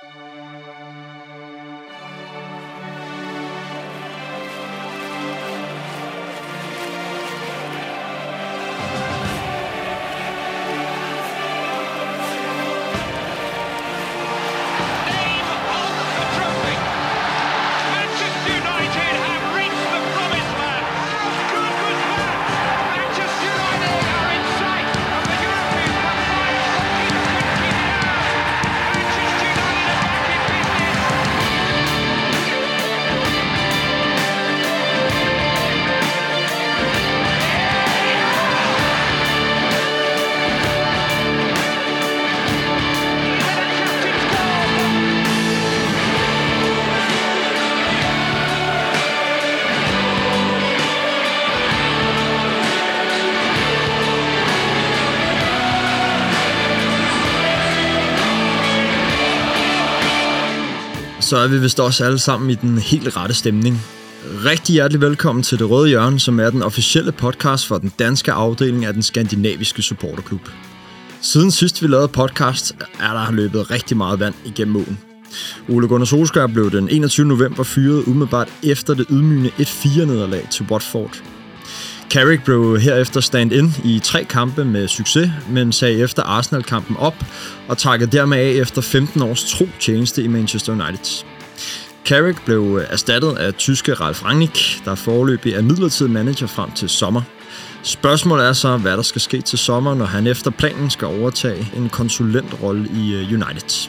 Så er vi vist også alle sammen i den helt rette stemning. Rigtig hjertelig velkommen til Det Røde Hjørne, som er den officielle podcast for den danske afdeling af den skandinaviske supporterklub. Siden sidst vi lavede podcast, er der løbet rigtig meget vand igennem åen. Ole Gunnar Solskjaer blev den 21. november fyret umiddelbart efter det ydmygende 1-4-nederlag til Watford. Carrick blev herefter stand-in i 3 kampe med succes, men sagde efter Arsenal-kampen op og takkede dermed af efter 15 års tro tjeneste i Manchester United. Carrick blev erstattet af tyske Ralf Rangnick, der foreløbig er midlertidig manager frem til sommer. Spørgsmålet er så, hvad der skal ske til sommer, når han efter planen skal overtage en konsulentrolle i United.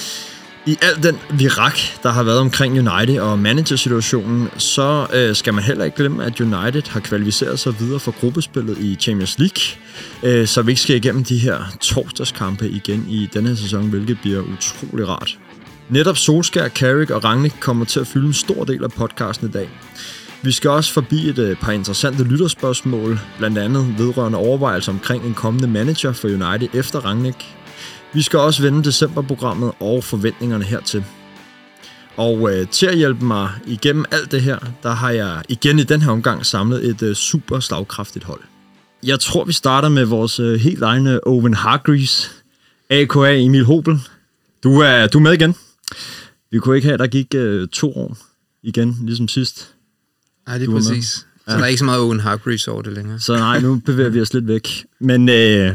I al den virak, der har været omkring United og managersituationen, så skal man heller ikke glemme, at United har kvalificeret sig videre for gruppespillet i Champions League, så vi ikke skal igennem de her torsdagskampe igen i denne sæson, hvilket bliver utrolig rart. Netop Solskjaer, Carrick og Rangnick kommer til at fylde en stor del af podcasten i dag. Vi skal også forbi et par interessante lytterspørgsmål, blandt andet vedrørende overvejelser omkring en kommende manager for United efter Rangnick. Vi skal også vende decemberprogrammet og forventningerne hertil. Og til at hjælpe mig igennem alt det her, der har jeg igen i den her omgang samlet et super slagkraftigt hold. Jeg tror, vi starter med vores helt egne Owen Hargreaves, a.k.a. Emil Hobel. Du er med igen. Vi kunne ikke have, der gik 2 år igen, ligesom sidst. Nej, det er præcis. Så der er ikke så meget Owen Hargreaves over det længere. Så nej, nu bevæger vi os lidt væk. Men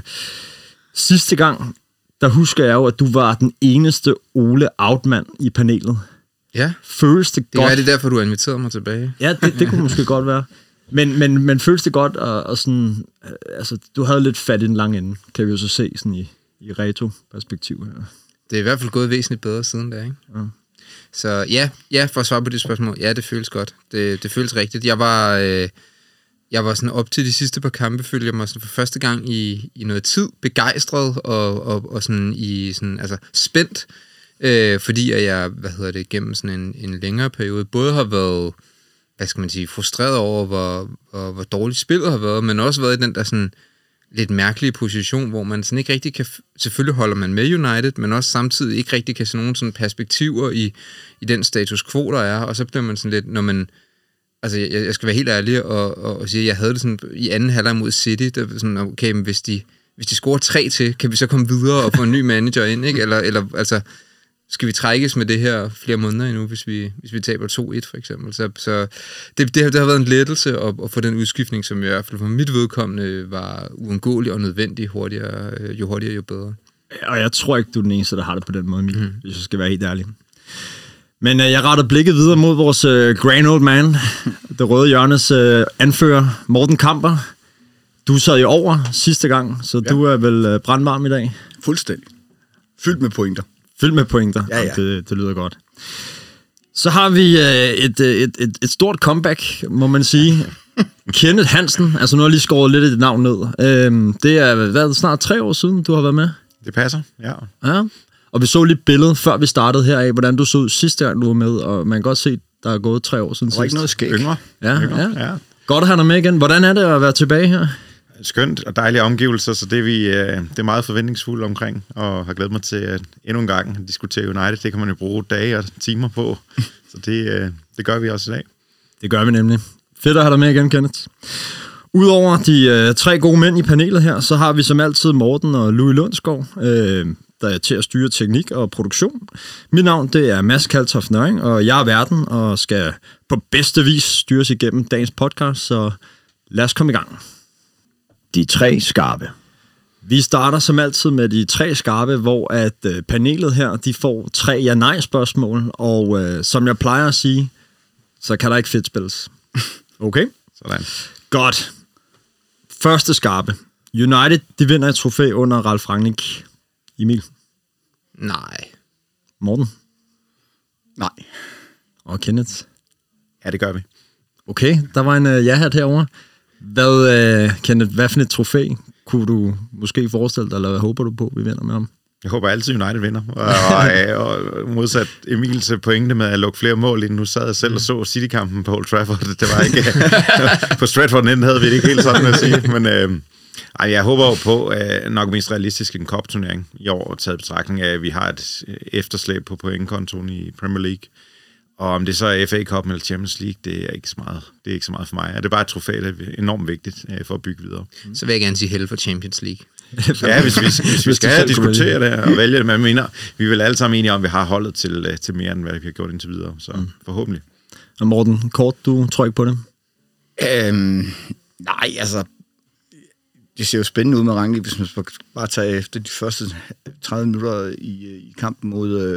sidste gang, der husker jeg jo, at du var den eneste Ole Outmand i panelet. Ja. Føles det godt? Det er derfor, du har inviteret mig tilbage. Ja, det kunne måske godt være. Men føles det godt, og sådan, altså, du havde lidt fat i den lange ende, kan vi jo så se sådan i retro-perspektiv her. Det er i hvert fald gået væsentligt bedre siden da, ikke? Ja. Så ja, for at svare på det spørgsmål, ja, det føles godt. Det føles rigtigt. Jeg var sådan op til de sidste par kampe, følte jeg mig sådan for første gang i noget tid begejstret og sådan i sådan altså spændt, fordi at jeg gennem sådan en længere periode både har været, hvad skal man sige, frustreret over hvor dårligt spillet har været, men også været i den der sådan lidt mærkelige position, hvor man sådan ikke rigtig kan, selvfølgelig holder man med United, men også samtidig ikke rigtig kan se nogen sådan perspektiver i den status quo, der er, og så bliver man sådan lidt, når man, altså jeg skal være helt ærlig og sige, at jeg havde det sådan i anden halvleg mod City, der sådan, okay, men hvis de scorer 3 til, kan vi så komme videre og få en ny manager ind, ikke? Eller altså, skal vi trækkes med det her flere måneder endnu, hvis vi taber 2-1 for eksempel. Så det har været en lettelse at få den udskiftning, som i hvert fald for mit vedkommende var uundgåelig og nødvendig jo hurtigere, jo bedre. Og jeg tror ikke, du er den eneste, der har det på den måde, hvis jeg skal være helt ærlig. Men jeg retter blikket videre mod vores grand old man, Det Røde Hjørnes anfører, Morten Kamper. Du sad jo over sidste gang, så ja. Du er vel brandvarm i dag? Fuldstændig. Fyldt med pointer. Fyldt med pointer. Ja. Det lyder godt. Så har vi et stort comeback, må man sige. Kenneth Hansen, altså nu har jeg lige skåret lidt i dit navn ned. Det er snart 3 år siden, du har været med. Det passer, ja. Og vi så lige et billede, før vi startede her af, hvordan du så ud sidste gang, du var med, og man kan godt se, der er gået 3 år siden sidst. Der var ikke noget skæg. Yngre. Ja. Godt at have dig med igen. Hvordan er det at være tilbage her? Skønt og dejlige omgivelser, så det er meget forventningsfuldt omkring, og har glædet mig til at endnu en gang diskutere United. Det kan man jo bruge dage og timer på, så det gør vi også i dag. Det gør vi nemlig. Fedt at have dig med igen, Kenneth. Udover de 3 gode mænd i panelet her, så har vi som altid Morten og Louis Lundsgaard, der er til at styre teknik og produktion. Mit navn det er Mads Kaltoft Nøring, og jeg er verden og skal på bedste vis styres igennem dagens podcast, så lad os komme i gang. De 3 skarpe. Vi starter som altid med de 3 skarpe, hvor at panelet her, de får 3 ja-nej-spørgsmål, og som jeg plejer at sige, så kan der ikke fedt spilles. Okay? Sådan. Godt. Første skarpe. United, de vinder et trofæ under Ralf Rangnick. Emil? Nej. Morten? Nej. Og Kenneth? Ja, det gør vi. Okay, der var en ja-hat herovre. Kenneth, hvad for et trofæ kunne du måske forestille dig, eller hvad håber du på, vi vinder med ham? Jeg håber altid United vinder. Og modsat Emils pointe med at lukke flere mål ind. Nu sad jeg selv og så City-kampen på Old Trafford. Det var ikke... på Stratford enden havde vi det ikke helt sådan at sige. Men jeg håber jo på, nok mest realistisk en cup-turnering i år, taget betragtning af, at vi har et efterslæb på pointkontoen i Premier League. Og om det så er FA Cup eller Champions League, det er ikke så meget, for mig. Det er bare et trofæ, der er enormt vigtigt for at bygge videre. Så vil jeg gerne sige held for Champions League. Ja, hvis vi skal diskutere det og vælge det, men jeg mener, vi vil alle sammen enige om, at vi har holdet til mere, end hvad vi har gjort indtil videre. Så forhåbentlig. Og Morten, kort, du tror ikke på det? Nej, altså... Det ser jo spændende ud med Rangnick, hvis man bare tager efter de første 30 minutter i kampen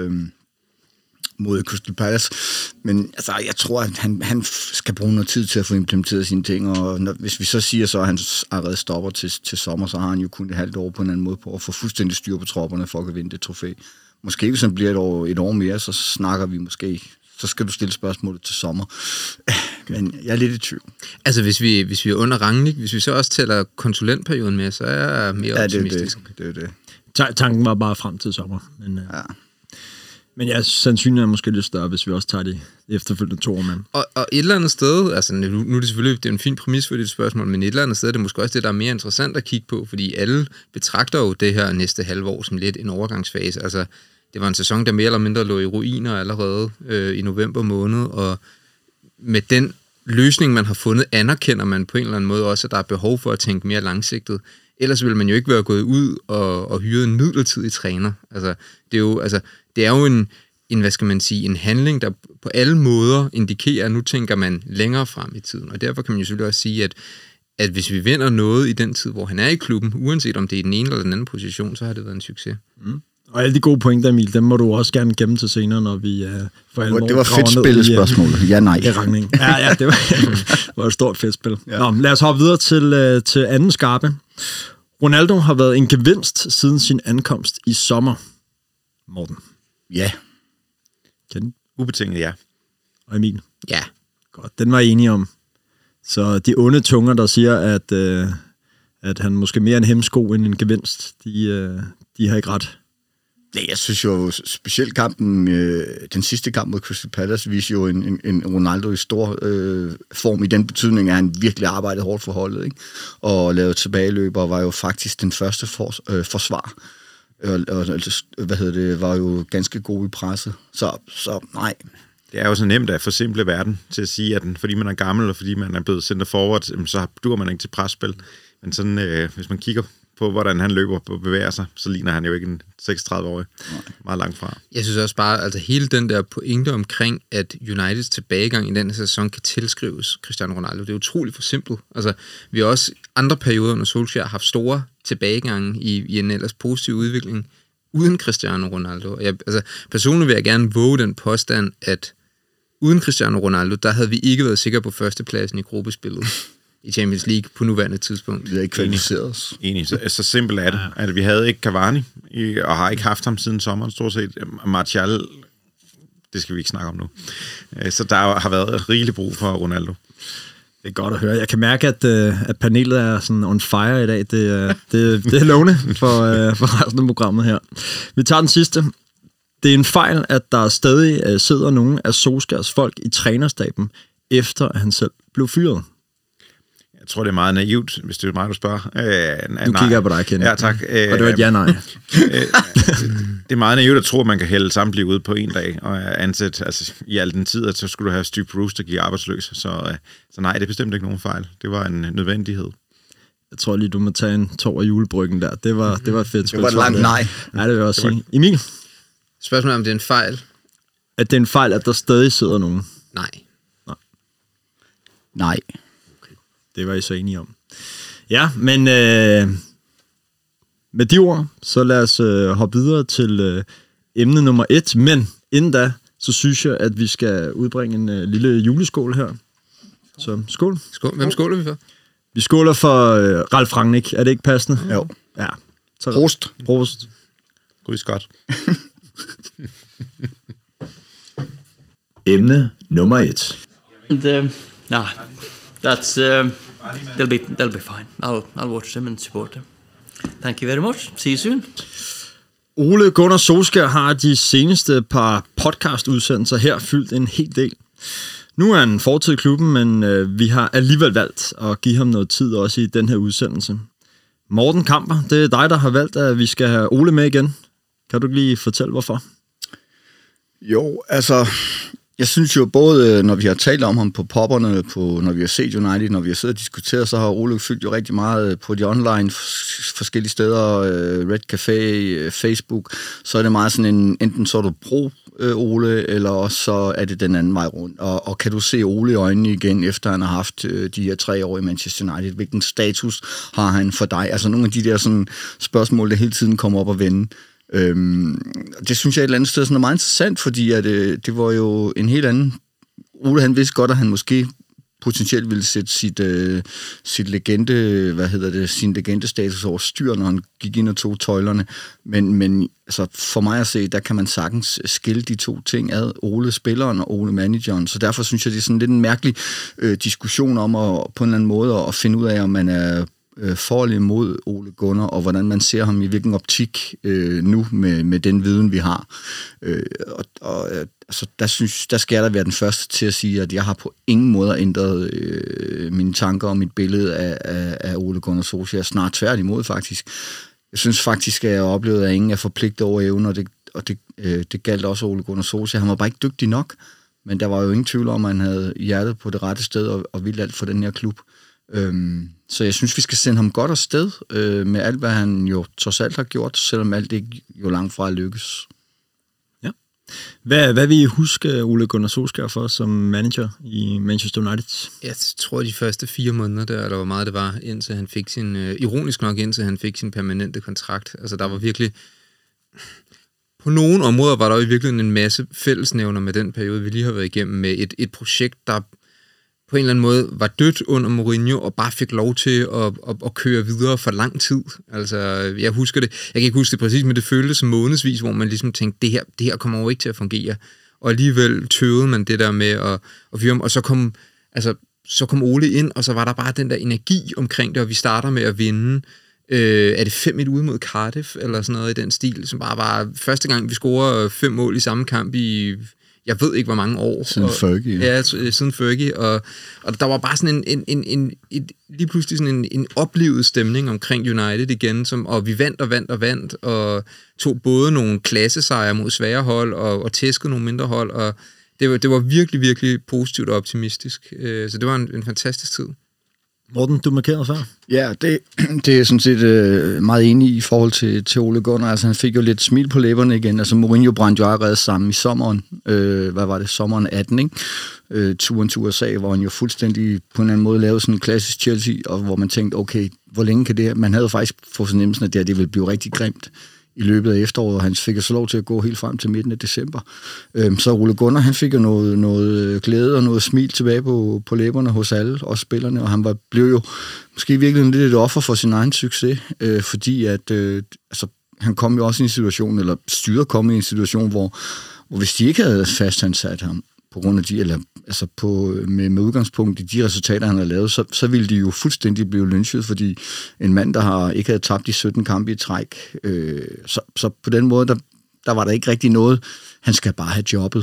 mod Crystal Palace. Men altså, jeg tror, at han skal bruge noget tid til at få implementeret sine ting, og hvis vi så siger, så at han allerede stopper til sommer, så har han jo kun et halvt år på en anden måde på at få fuldstændig styr på tropperne for at vinde det trofæ. Måske hvis han bliver et år mere, så snakker vi måske... Så skal du stille spørgsmålet til sommer. Men jeg er lidt i tvivl. Altså, hvis vi er under Rangnick, hvis vi så også tæller konsulentperioden med, så er jeg mere optimistisk. Det er det. Tanken var bare frem til sommer. Men, men ja, sandsynligheden er måske lidt større, hvis vi også tager de efterfølgende 2 år med. Og et eller andet sted, altså nu er det selvfølgelig det er en fin præmis for dit spørgsmål, men et eller andet sted er det måske også det, der er mere interessant at kigge på, fordi alle betragter jo det her næste halve år som lidt en overgangsfase. Altså, det var en sæson, der mere eller mindre lå i ruiner allerede i november måned, og med den løsning, man har fundet, anerkender man på en eller anden måde også, at der er behov for at tænke mere langsigtet. Ellers ville man jo ikke være gået ud og hyret en midlertidig træner. Altså, det er jo en, hvad skal man sige, en handling, der på alle måder indikerer, at nu tænker man længere frem i tiden. Og derfor kan man jo selvfølgelig også sige, at hvis vi vinder noget i den tid, hvor han er i klubben, uanset om det er i den ene eller den anden position, så har det været en succes. Mm. Og alle de gode pointer, Emil, dem må du også gerne gemme til senere, når vi for alvor. Det var fedt spillet spørgsmål. Ja, nej. Ja, det var et stort fedt spil. Ja. Nå, lad os hoppe videre til anden skarpe. Ronaldo har været en gevinst siden sin ankomst i sommer. Morten. Ja. Ken? Ubetinget ja. Og Emil. Ja. Godt, den var jeg enig om. Så de onde tunger, der siger, at han måske mere en hemsko end en gevinst, de har ikke ret. Ja, jeg synes jo specielt kampen, den sidste kamp mod Crystal Palace, viser jo en Ronaldo i stor form i den betydning, at han virkelig arbejdede hårdt for holdet, ikke? Og lavede tilbageløb, og var jo faktisk den første forsvar. Var jo ganske god i presset. Så nej. Det er jo så nemt at forsimple verden til at sige, at fordi man er gammel, og fordi man er blevet center forward, så duer man ikke til presspil. Men sådan, hvis man kigger på, hvordan han løber og bevæger sig, så ligner han jo ikke en 36-årig. Meget langt fra. Jeg synes også bare, altså hele den der pointe omkring, at Uniteds tilbagegang i den sæson kan tilskrives Cristiano Ronaldo, det er utroligt for simpelt. Altså, vi har også andre perioder under Solskjaer haft store tilbagegange i en ellers positiv udvikling uden Cristiano Ronaldo. Personligt vil jeg gerne våge den påstand, at uden Cristiano Ronaldo, der havde vi ikke været sikre på førstepladsen i gruppespillet i Champions League på nuværende tidspunkt. Vi har ikke kvalificeret os. Enig. Så simpelt er det. At vi havde ikke Cavani, og har ikke haft ham siden sommeren, stort set. Martial, det skal vi ikke snakke om nu. Så der har været rigeligt brug for Ronaldo. Det er godt at høre. Jeg kan mærke, at panelet er sådan on fire i dag. Det er lovende for resten af programmet her. Vi tager den sidste. Det er en fejl, at der stadig sidder nogle af Solskjaers folk i trænerstaben, efter at han selv blev fyret. Jeg tror, det er meget naivt, hvis det er mig, du spørger. Du kigger på dig, Kenneth. Ja, tak. Og det var et ja-nej. Det er meget naivt at tro, at man kan hælde samtlige ud på en dag, og ansætte, altså i al den tid, at så skulle du have Steve Bruce, der gik arbejdsløs. Så nej, det er bestemt ikke nogen fejl. Det var en nødvendighed. Jeg tror lige, du må tage en tår af julebryggen der. Det var et fedt spil. Det var et langt nej. Nej, det vil jeg også sige. Emil? Spørgsmålet om det er en fejl? At det er en fejl, at der stadig sidder nogen? Nej. Okay. Det var I så enige om. Ja, men med de ord, så lad os hoppe videre til emne nummer 1. Men inden da, så synes jeg, at vi skal udbringe en lille juleskål her. Så skål. Hvem skåler vi for? Vi skåler for Ralf Rangnick. Er det ikke passende? Jo. Ja. Så Prost. Gud Scott. Emne nummer 1. That's they'll be fine. I'll watch them and support them. Thank you very much. See you soon. Ole Gunnar Solskjaer har de seneste par podcast-udsendelser her fyldt en hel del. Nu er han fortid i klubben, men vi har alligevel valgt at give ham noget tid også i den her udsendelse. Morten Kamper, det er dig, der har valgt, at vi skal have Ole med igen. Kan du lige fortælle, hvorfor? Jo, altså, jeg synes jo både, når vi har talt om ham på popperne, når vi har set United, når vi har siddet og diskuteret, så har Ole fyldt jo rigtig meget på de online forskellige steder, Red Café, Facebook. Så er det meget sådan enten så er du pro Ole, eller også så er det den anden vej rundt. Og kan du se Ole i øjnene igen, efter han har haft de her 3 år i Manchester United? Hvilken status har han for dig? Altså nogle af de der sådan spørgsmål, der hele tiden kommer op og vende. Det synes jeg et eller andet sted sådan er meget interessant, fordi at, det var jo en helt anden... Ole, han vidste godt, at han måske potentielt ville sætte sit sin legendestatus over styr, når han gik ind og tog tøjlerne. Men altså, for mig at se, der kan man sagtens skille de to ting ad, Ole spilleren og Ole manageren. Så derfor synes jeg, det er sådan lidt en mærkelig diskussion om at på en eller anden måde at finde ud af, om man er for eller imod Ole Gunnar, og hvordan man ser ham i hvilken optik nu med den viden, vi har. Altså, der skal jeg da være den første til at sige, at jeg har på ingen måde ændret mine tanker og mit billede af Ole Gunnar Solskjaer. Snart tværtimod, faktisk. Jeg synes faktisk, at jeg oplevede, at ingen er forpligtet over evne, og det galt også Ole Gunnar Solskjaer. Han var bare ikke dygtig nok, men der var jo ingen tvivl om, at han havde hjertet på det rette sted og ville alt for den her klub. Så jeg synes, vi skal sende ham godt afsted med alt, hvad han jo trods alt har gjort, selvom alt ikke jo langt fra at lykkes. Ja. Hvad vil I huske Ole Gunnar Solskjaer for som manager i Manchester United? Jeg tror, de første 4 måneder der var meget, det var, indtil han fik sin, ironisk nok, indtil han fik sin permanente kontrakt. Altså, der var virkelig... På nogle områder var der jo virkelig en masse fællesnævner med den periode, vi lige har været igennem, med et projekt, der på en eller anden måde var dødt under Mourinho, og bare fik lov til at køre videre for lang tid. Altså, jeg husker det. Jeg kan ikke huske det præcis, men det føltes som månedsvis, hvor man ligesom tænkte, det her kommer jo ikke til at fungere. Og alligevel tøvede man det der med at fyre, og så kom Ole ind, og så var der bare den der energi omkring det, og vi starter med at vinde. Er det 5-1 ude mod Cardiff, eller sådan noget i den stil, som bare var første gang, vi scorer 5 mål i samme kamp i... Jeg ved ikke, hvor mange år. Siden Fergie. Ja, siden Fergie. Og der var bare sådan lige pludselig sådan en oplevet stemning omkring United igen, og vi vandt, og tog både nogle klassesejre mod svære hold, og tæskede nogle mindre hold, og det var virkelig, virkelig positivt og optimistisk. Så det var en fantastisk tid. Morten, du markerede før. Ja, det er sådan set meget enig i forhold til Ole Gunnar. Altså, han fik jo lidt smil på læberne igen. Altså, Mourinho brændte jo allerede sammen i sommeren. Sommeren 18, ikke? Turen til USA, hvor han jo fuldstændig på en eller anden måde lavede sådan en klassisk Chelsea, og hvor man tænkte, okay, hvor længe kan det her? Man havde faktisk fået fornemmelsen, at det ville blive rigtig grimt i løbet af efteråret, og han fik så lov til at gå helt frem til midten af december. Så Ole Gunnar, han fik jo noget glæde og noget smil tilbage på læberne hos alle, også spillerne, og han blev jo måske virkelig lidt et offer for sin egen succes, fordi at han kom jo også i en situation, eller styret kom i en situation, hvor hvis de ikke havde fastansat ham, på grund af med udgangspunkt i de resultater, han har lavet, så ville de jo fuldstændig blive lynchet, fordi en mand, der ikke havde tabt de 17 kampe i træk, så på den måde, der var der ikke rigtig noget. Han skal bare have jobbet.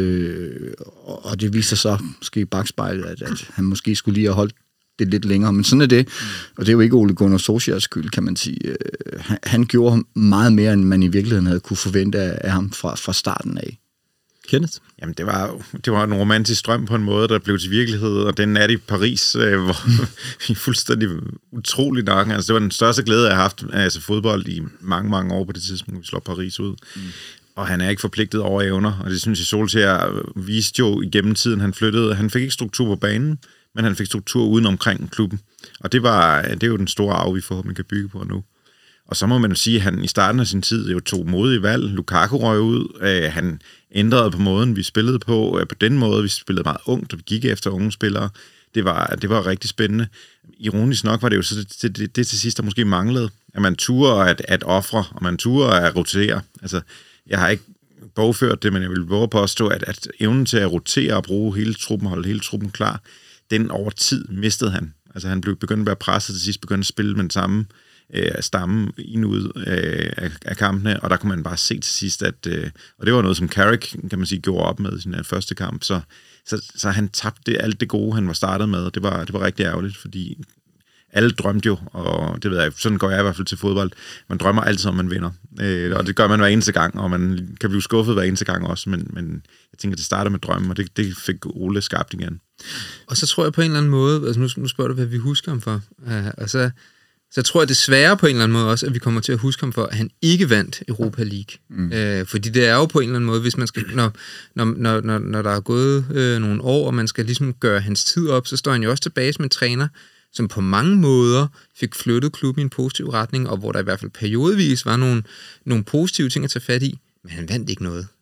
Og det viser så måske i bagspejlet, at han måske skulle lige have holdt det lidt længere, men sådan er det. Og det er jo ikke Ole Gunnar Solskjaers skyld, kan man sige. Han gjorde meget mere, end man i virkeligheden havde kunne forvente af ham fra starten af. Kenneth? Jamen, det var en romantisk drøm på en måde, der blev til virkelighed, og den nat i Paris, hvor vi fuldstændig utrolig nok. Altså, det var den største glæde, jeg har haft altså fodbold i mange, mange år på det tidspunkt, vi slår Paris ud. Og han er ikke forpligtet over evner, og det synes jeg, Solskjaer viste jo igennem tiden, han flyttede. Han fik ikke struktur på banen, men han fik struktur uden omkring klubben. Og det er jo den store arv, vi forhåbentlig kan bygge på nu. Og så må man jo sige, at han i starten af sin tid jo tog modige valg. Lukaku røg ud. Han ændrede på måden, vi spillede på. På den måde, vi spillede meget ungt, og vi gik efter unge spillere. Det var rigtig spændende. Ironisk nok var det jo så det til sidst, der måske manglede. At man turde at ofre, og man turde at rotere. Altså, jeg har ikke bogført det, men jeg vil våge påstå, at evnen til at rotere og bruge hele truppen, holde hele truppen klar, den over tid mistede han. Altså, han begyndte at være presset til sidst, begyndte at spille med den samme stamme ind ud af kampene, og der kunne man bare se til sidst, at og det var noget, som Carrick, kan man sige, gjorde op med i sin første kamp, så han tabte alt det gode, han var startet med, og det var rigtig ærgerligt, fordi alle drømte jo, og det ved jeg, sådan går jeg i hvert fald til fodbold, man drømmer altid, om man vinder, og det gør man hver eneste gang, og man kan blive skuffet hver eneste gang også, men jeg tænker, det starter med drømmen, og det fik Ole skabt igen. Og så tror jeg på en eller anden måde, altså nu spørger du, hvad vi husker ham for, og så tror jeg desværre på en eller anden måde også, at vi kommer til at huske ham for, at han ikke vandt Europa League. Fordi det er jo på en eller anden måde, hvis man skal, når der er gået nogle år, og man skal ligesom gøre hans tid op, så står han jo også tilbage som en træner, som på mange måder fik flyttet klubben i en positiv retning, og hvor der i hvert fald periodvis var nogle positive ting at tage fat i, men han vandt ikke noget.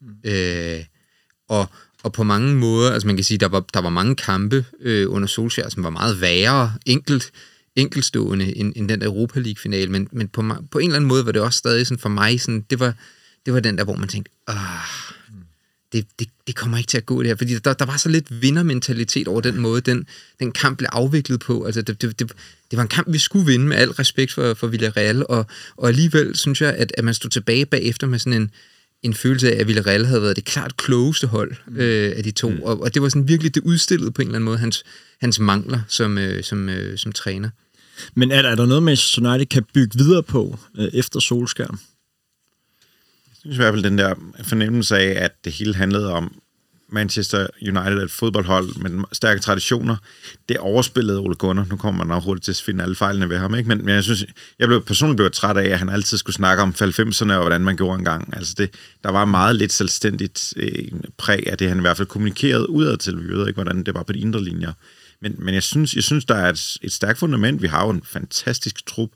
Og på mange måder, altså man kan sige, der var mange kampe under Solskjaer, som var meget værre, enkeltstående end den Europa League-finale, men på en eller anden måde var det også stadig sådan for mig, sådan, det var den der, hvor man tænkte, det kommer ikke til at gå det her, fordi der var så lidt vindermentalitet over den måde, den kamp blev afviklet på. Altså det var en kamp, vi skulle vinde med al respekt for Villarreal, og alligevel synes jeg, at man stod tilbage bagefter med sådan en følelse af, at Villarreal havde været det klart klogeste hold af de to, og det var sådan virkelig, det udstillede på en eller anden måde hans mangler som træner. Men er der noget, Manchester United kan bygge videre på efter Solskjaer? Jeg synes i hvert fald, den der fornemmelse af, at det hele handlede om Manchester United, et fodboldhold med stærke traditioner, det overspillede Ole Gunnar. Nu kommer man nok hurtigt til at finde alle fejlene ved ham, ikke? Men jeg synes, personligt blev træt af, at han altid skulle snakke om 90'erne og hvordan man gjorde engang. Altså der var meget lidt selvstændigt præg af det, han i hvert fald kommunikerede udad til. Vi ved ikke, hvordan det var på de indre linjer. Men jeg synes, der er et stærkt fundament. Vi har jo en fantastisk trup.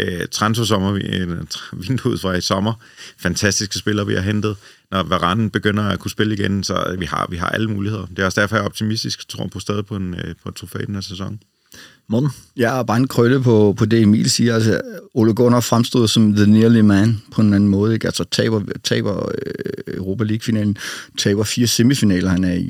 Vinduet fra i sommer. Fantastiske spillere, vi har hentet. Når Varane begynder at kunne spille igen, så vi har alle muligheder. Det er også derfor, jeg er optimistisk, tror på stadig på et trofæ den her sæson. Morten? Jeg er bare en krølle på det, Emil siger. Altså, Ole Gunnar fremstod som the nearly man på en anden måde. Ikke? Altså taber Europa League-finalen, taber 4 semifinaler, han er i.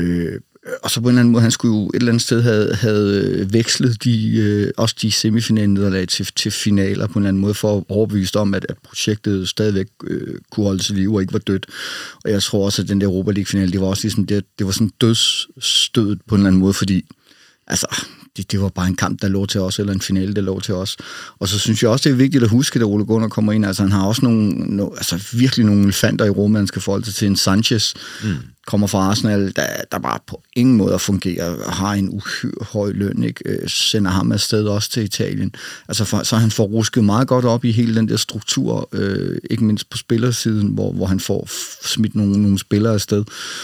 Og så på en eller anden måde, han skulle jo et eller andet sted have vekslet også de semifinale-nederlag til finaler på en eller anden måde, for at overbevise om, at projektet stadigvæk kunne holde sig liv og ikke var dødt. Og jeg tror også, at den der Europa League-finale, det var også ligesom det var sådan dødsstødet på en eller anden måde, fordi altså, det var bare en kamp, der lå til os, eller en finale, der lå til os. Og så synes jeg også, det er vigtigt at huske, at Ole Gunnar kommer ind. Altså, han har også virkelig nogle elefanter i rummet, han skal forholde sig til. En Sanchez kommer fra Arsenal, der bare på ingen måde fungerer, og har en uhyre høj løn, ikke? Sender ham afsted også til Italien. Altså, så han får rusket meget godt op i hele den der struktur, ikke mindst på spillersiden, hvor han får smidt nogle spillere afsted.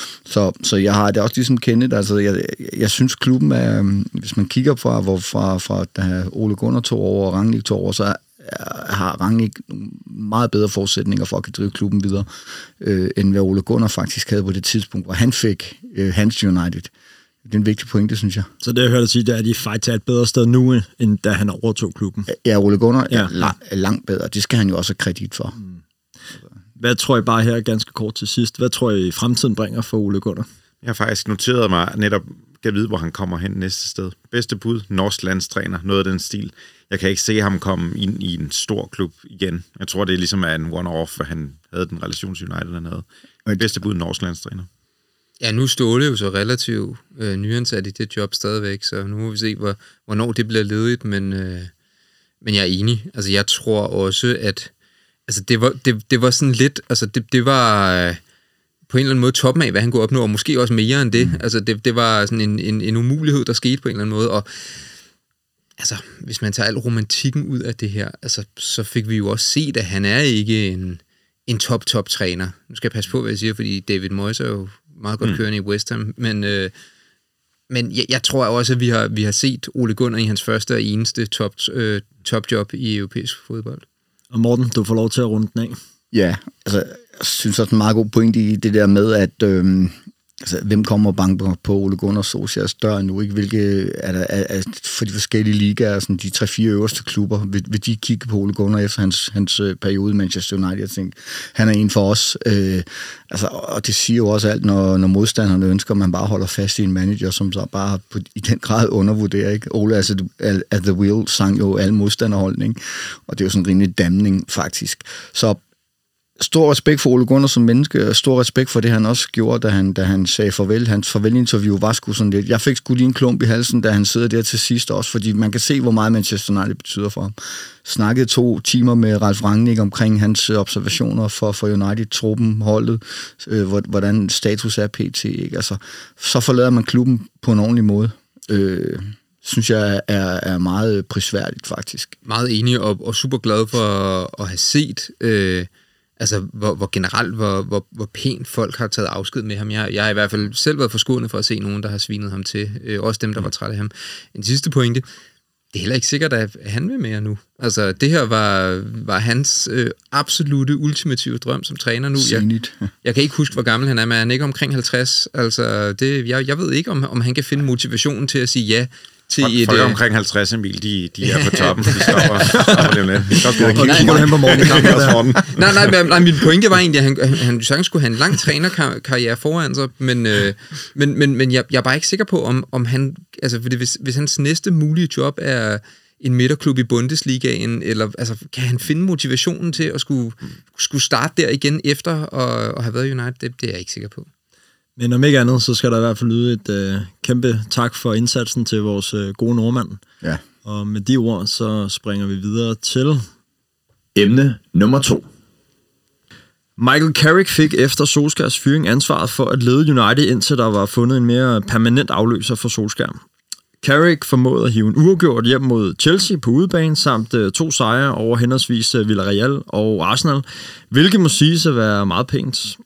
Så jeg har det også ligesom kendt. Altså, jeg synes, klubben er, hvis man kigger fra da Ole Gunnar tog over og Rangnick tog over, så har Rangnick meget bedre forudsætninger for at kunne drive klubben videre, end hvad Ole Gunnar faktisk havde på det tidspunkt, hvor han fik hans United. Det er en vigtig pointe, synes jeg. Så det, jeg hørte sige, det er, at de fighter et bedre sted nu, end da han overtog klubben. Ja, Ole Gunnar er langt bedre. Det skal han jo også have kredit for. Hvad tror I bare her ganske kort til sidst? Hvad tror I fremtiden bringer for Ole Gunnar? Jeg har faktisk noteret mig netop, kan vide, hvor han kommer hen næste sted. Bedste bud, norsk landstræner, noget af den stil. Jeg kan ikke se ham komme ind i en stor klub igen. Jeg tror, det er ligesom en one-off, for han havde den relation til United, han havde. Bedste bud, norsk landstræner. Ja, nu Ståle jo så relativt nyansat i det job stadigvæk, så nu må vi se, hvornår det bliver ledigt, men jeg er enig. Altså, jeg tror også, at altså, det var sådan lidt, altså, på en eller anden måde toppen af, hvad han kunne opnå, og måske også mere end det. Altså, det var sådan en umulighed, der skete på en eller anden måde, og altså, hvis man tager al romantikken ud af det her, altså, så fik vi jo også set, at han er ikke en top træner. Nu skal jeg passe på, hvad jeg siger, fordi David Moyes er jo meget godt kørende i West Ham, men jeg tror også, at vi har set Ole Gunnar i hans første og eneste topjob i europæisk fodbold. Og Morten, du får lov til at runde den af. Ja, altså, jeg synes også en meget god point i det der med, at hvem kommer og banker på Ole Gunnar Solskjærs dør nu, ikke? Hvilke er for de forskellige ligaer, sådan de 3-4 øverste klubber, vil de kigge på Ole Gunnar efter hans periode i Manchester United? Jeg tænker, han er en for os. Og det siger jo også alt, når modstanderne ønsker, at man bare holder fast i en manager, som så bare i den grad undervurderer, ikke? Ole at the wheel sang jo alle modstanderholdning, og det er jo sådan en rimelig damning, faktisk. Så stor respekt for Ole Gunnar som menneske, og stor respekt for det, han også gjorde, da han sagde farvel. Hans farvelinterview var sgu sådan lidt. Jeg fik sgu lige en klump i halsen, da han sidder der til sidst også, fordi man kan se, hvor meget Manchester United betyder for ham. Snakkede 2 timer med Ralf Rangnick omkring hans observationer for United-truppen, holdet, hvordan status er pt. Ikke? Altså, så forlader man klubben på en ordentlig måde. Synes jeg er meget prisværdigt, faktisk. Meget enig og super glad for at have set... Altså, hvor generelt, hvor pænt folk har taget afsked med ham. Jeg har i hvert fald selv været forskånet for at se nogen, der har svinet ham til. Også dem, der var trætte af ham. En sidste pointe. Det er heller ikke sikkert, at han vil mere nu. Altså, det her var hans absolute ultimative drøm som træner nu. Jeg kan ikke huske, hvor gammel han er, men han er ikke omkring 50. Altså, jeg ved ikke, om han kan finde motivationen til at sige ja til folk omkring 50, Emil, de er på toppen. De stopper det lidt. Nej, min pointe var egentlig, at han sagtens skulle have en lang trænerkarriere foran sig, men jeg er bare ikke sikker på, om han... Altså, hvis hans næste mulige job er en midterklub i Bundesligaen, eller altså, kan han finde motivationen til at skulle starte der igen efter at have været i United? Det er jeg ikke sikker på. Men om ikke andet, så skal der i hvert fald lyde et kæmpe tak for indsatsen til vores gode nordmand. Ja. Og med de ord, så springer vi videre til emne nummer 2. Michael Carrick fik efter Solskjærs fyring ansvaret for at lede United, indtil der var fundet en mere permanent afløser for Solskjær. Carrick formåede at hive en uafgjort hjem mod Chelsea på udebane, samt 2 sejre over henholdsvis Villarreal og Arsenal, hvilket må siges at være meget pænt.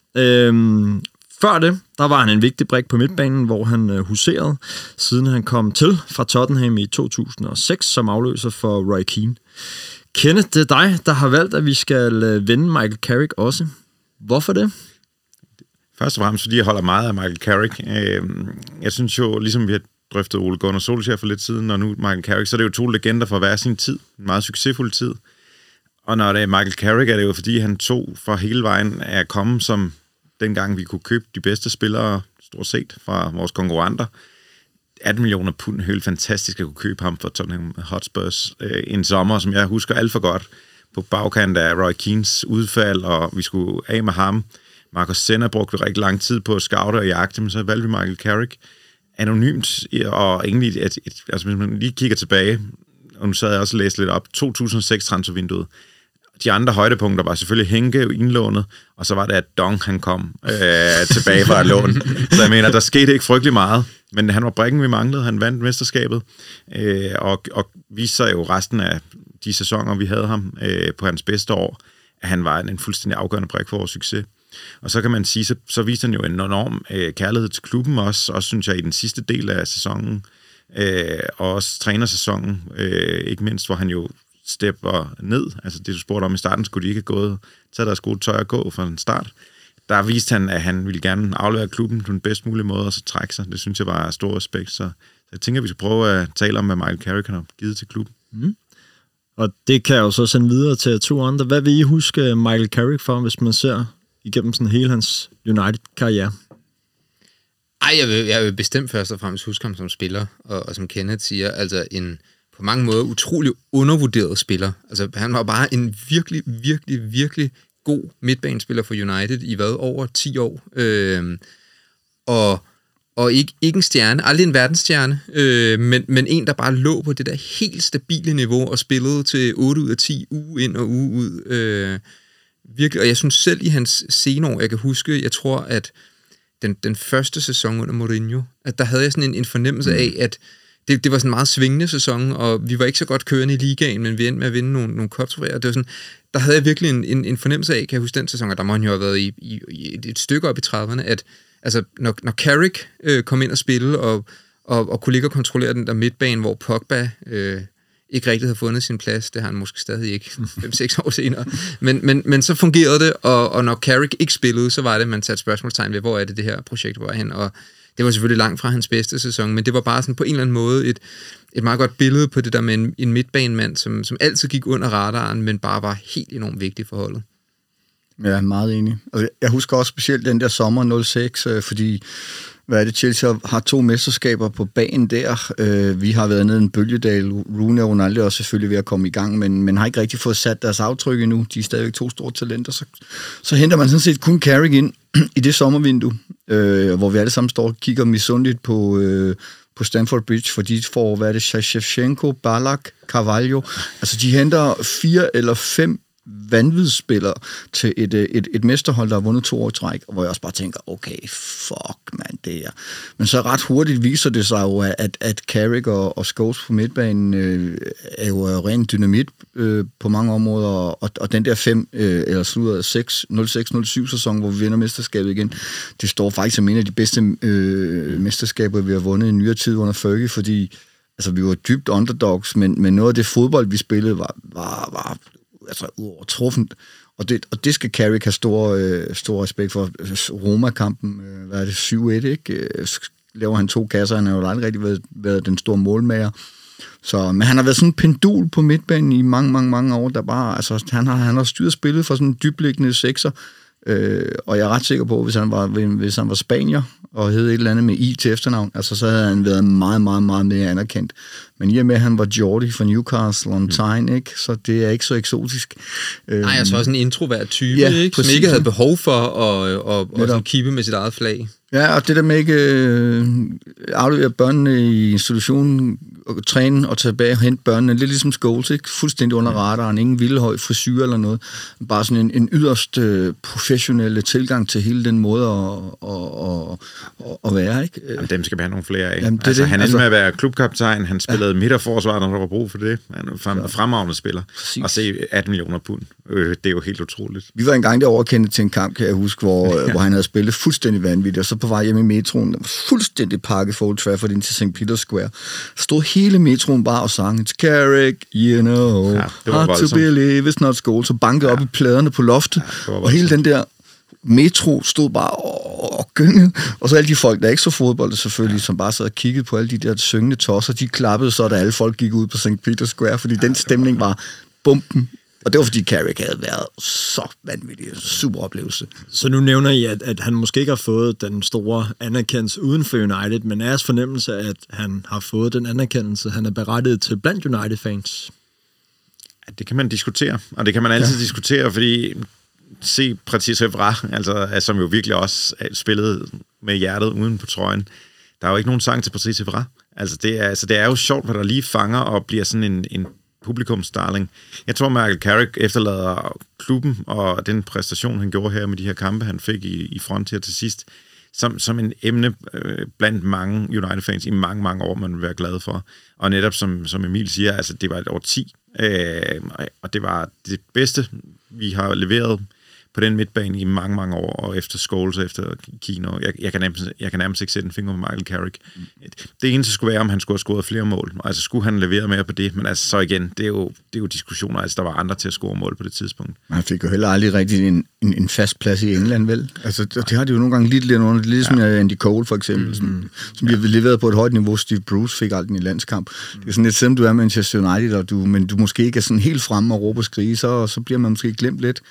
Før det, der var han en vigtig brik på midtbanen, hvor han huserede, siden han kom til fra Tottenham i 2006 som afløser for Roy Keane. Kenneth, det er dig, der har valgt, at vi skal vende Michael Carrick også. Hvorfor det? Først og fremmest, fordi jeg holder meget af Michael Carrick. Jeg synes jo, ligesom vi har drøftet Ole Gunnar Solskjær for lidt siden, og nu Michael Carrick, så er det jo 2 legender for hver sin tid. En meget succesfuld tid. Og når det er Michael Carrick, er det jo fordi, han tog for hele vejen at komme som... dengang vi kunne købe de bedste spillere, stort set, fra vores konkurrenter. 18 millioner pund, helt fantastisk at kunne købe ham for Tottenham Hotspurs en sommer, som jeg husker alt for godt, på bagkant af Roy Keanes udfald, og vi skulle af med ham. Marcus Senna brugte vi rigtig lang tid på at scoute og jagte, men så valgte vi Michael Carrick anonymt, og egentlig, altså hvis man lige kigger tilbage, og nu sad jeg også og læste lidt op, 2006 transfervinduet. De andre højdepunkter var selvfølgelig Henke indlånet, og så var det, at Dong han kom tilbage fra et lån. Så jeg mener, der skete ikke frygtelig meget, men han var brikken, vi manglede. Han vandt mesterskabet, og viste sig jo resten af de sæsoner, vi havde ham på hans bedste år, at han var en fuldstændig afgørende brik for vores succes. Og så kan man sige, så viste han jo en enorm kærlighed til klubben også synes jeg, i den sidste del af sæsonen, og også trænersæsonen, ikke mindst, hvor han jo stepper ned. Altså det, du spurgte om i starten, skulle de ikke have gået, taget deres gode tøj og gå fra en start. Der viste han, at han ville gerne aflevere klubben på den bedst mulige måde, og så trække sig. Det synes jeg var stor respekt. Så jeg tænker, at vi skal prøve at tale om, hvad Michael Carrick har givet til klubben. Mm. Og det kan jeg jo så sende videre til 2 andre. Hvad vil I huske Michael Carrick for, hvis man ser igennem sådan hele hans United-karriere? Jeg vil bestemt først og fremmest huske ham som spiller, og som Kenneth siger, altså en på mange måder utrolig undervurderet spiller. Altså, han var bare en virkelig, virkelig, virkelig god midtbanespiller for United i over 10 år. Og ikke en stjerne, aldrig en verdensstjerne, men en, der bare lå på det der helt stabile niveau og spillede til 8 ud af 10, uge ind og uge ud. virkelig, og jeg synes selv i hans senere, jeg kan huske, jeg tror, at den første sæson under Mourinho, at der havde jeg sådan en fornemmelse af, at det var sådan en meget svingende sæson, og vi var ikke så godt kørende i ligaen, men vi endte med at vinde nogle cup-trofæer. Det var sådan, der havde jeg virkelig en fornemmelse af, kan jeg huske den sæson, og der må han jo have været i et stykke op i 30'erne, at altså, når Carrick kom ind og spille, og kunne ligge og kontrollere den der midtbane, hvor Pogba ikke rigtig havde fundet sin plads, det har han måske stadig ikke 5-6 år senere, men så fungerede det, og når Carrick ikke spillede, så var det, man satte spørgsmålstegn ved, hvor er det her projekt var hen, og det var selvfølgelig langt fra hans bedste sæson, men det var bare sådan på en eller anden måde et meget godt billede på det der med en midtbanemand, som altid gik under radaren, men bare var helt enormt vigtig for holdet. Ja, meget enig. Og jeg husker også specielt den der sommer 06, fordi Chelsea har 2 mesterskaber på banen der. Vi har været nede i en bølgedal. Rooney og Ronaldo er selvfølgelig ved at komme i gang, men har ikke rigtig fået sat deres aftryk endnu. De er stadigvæk 2 store talenter. Så henter man sådan set kun Carrick ind i det sommervindue, hvor vi alle sammen står og kigger misundeligt på Stamford Bridge, for de får, Shevchenko, Ballack, Carvalho. Altså, de henter 4 eller 5 vanvidsspillere til et mesterhold, der har vundet 2 år i træk, hvor jeg også bare tænker, okay, fuck, man, det er. Men så ret hurtigt viser det sig jo, at Carrick og Scholes på midtbanen er jo ren dynamit på mange områder, og den der 06-07 sæson, hvor vi vinder mesterskabet igen, det står faktisk som en af de bedste mesterskaber, vi har vundet i nyere tid under Fergie, fordi altså, vi var dybt underdogs, men noget af det fodbold, vi spillede, var altså uovertruffent, og det skal Carrick have stor respekt for. Roma-kampen, hvad er det, 7-1, ikke? Laver han 2 kasser, han har jo aldrig rigtig været den store målmager. Men han har været sådan en pendul på midtbanen i mange år, der bare, altså han har styret spillet for sådan en dybliggende 6'er, og jeg er ret sikker på, hvis han var spanier og hed et eller andet med I til efternavn, altså så havde han været meget mere anerkendt. Men i og med, at han var Geordie fra Newcastle on Tyne, ikke? Så det er ikke så eksotisk. Nej, altså også en introvert type, ja, ikke? Som ikke havde behov for at kippe med sit eget flag. Ja, og det der med ikke aflevere børnene i institutionen, og træne og tage tilbage og hente børnene, lidt ligesom Scholes, ikke? Fuldstændig under radaren, ingen vildhøj frisyr eller noget. Bare sådan en yderst professionelle tilgang til hele den måde at være, ikke? Jamen, dem skal vi have nogle flere af. Jamen, han endte med at være klubkaptajn, han spillede midterforsvar, når der var brug for det. Han var fremragende spiller. Præcis. Og se 18 millioner pund. Det er jo helt utroligt. Vi var engang derovre kendt til en kamp, kan jeg huske, hvor han havde spillet fuldstændig vanvittigt, og så på vej hjem i metroen, der var fuldstændig pakket for Old Trafford ind til St. Peter's Square. Stod hele metroen bare og sang, it's Carrick, you know, hard to believe, it's not Scholes, så bankede op i pladerne på loftet, og hele den der metro stod bare og gyngede, og så alle de folk, der ikke så fodbold selvfølgelig, som bare sad og kiggede på alle de der syngende tosser, de klappede så, da alle folk gik ud på St. Peter's Square, fordi den stemning var bumpen. Og det var, fordi Carrick havde været så vanvittig, super oplevelse. Så nu nævner I, at han måske ikke har fået den store anerkendelse uden for United, men er jeres fornemmelse, at han har fået den anerkendelse, han er berettiget til blandt United-fans? Ja, det kan man diskutere, og det kan man altid diskutere, fordi se Patrice Evra, altså, som jo virkelig også spillede med hjertet uden på trøjen. Der er jo ikke nogen sang til Patrice Evra. Altså, det er jo sjovt, hvad der lige fanger og bliver sådan en publikumsdarling. Jeg tror, Michael Carrick efterlader klubben og den præstation, han gjorde her med de her kampe, han fik i front her til sidst, som en emne blandt mange United-fans i mange år, man vil være glad for. Og netop som Emil siger, altså det var et årti, og det var det bedste, vi har leveret på den midtbane i mange år, og efter Scholes og efter Keane. Jeg kan nærmest ikke sætte en finger på Michael Carrick. Det eneste skulle være, om han skulle have scoret flere mål. Altså skulle han levere mere på det, men altså så igen, det er jo diskussioner, altså der var andre til at score mål på det tidspunkt. Han fik jo heller aldrig rigtig en fast plads i England, vel? Altså det har de jo nogle gange lidt under, ligesom Andy Cole for eksempel, som vi har leveret på et højt niveau. Steve Bruce fik aldrig en landskamp. Det er sådan lidt, selvom du er Manchester United, men du måske ikke er sådan helt fremme og råbe og skrige, så bliver man måske glemt lidt.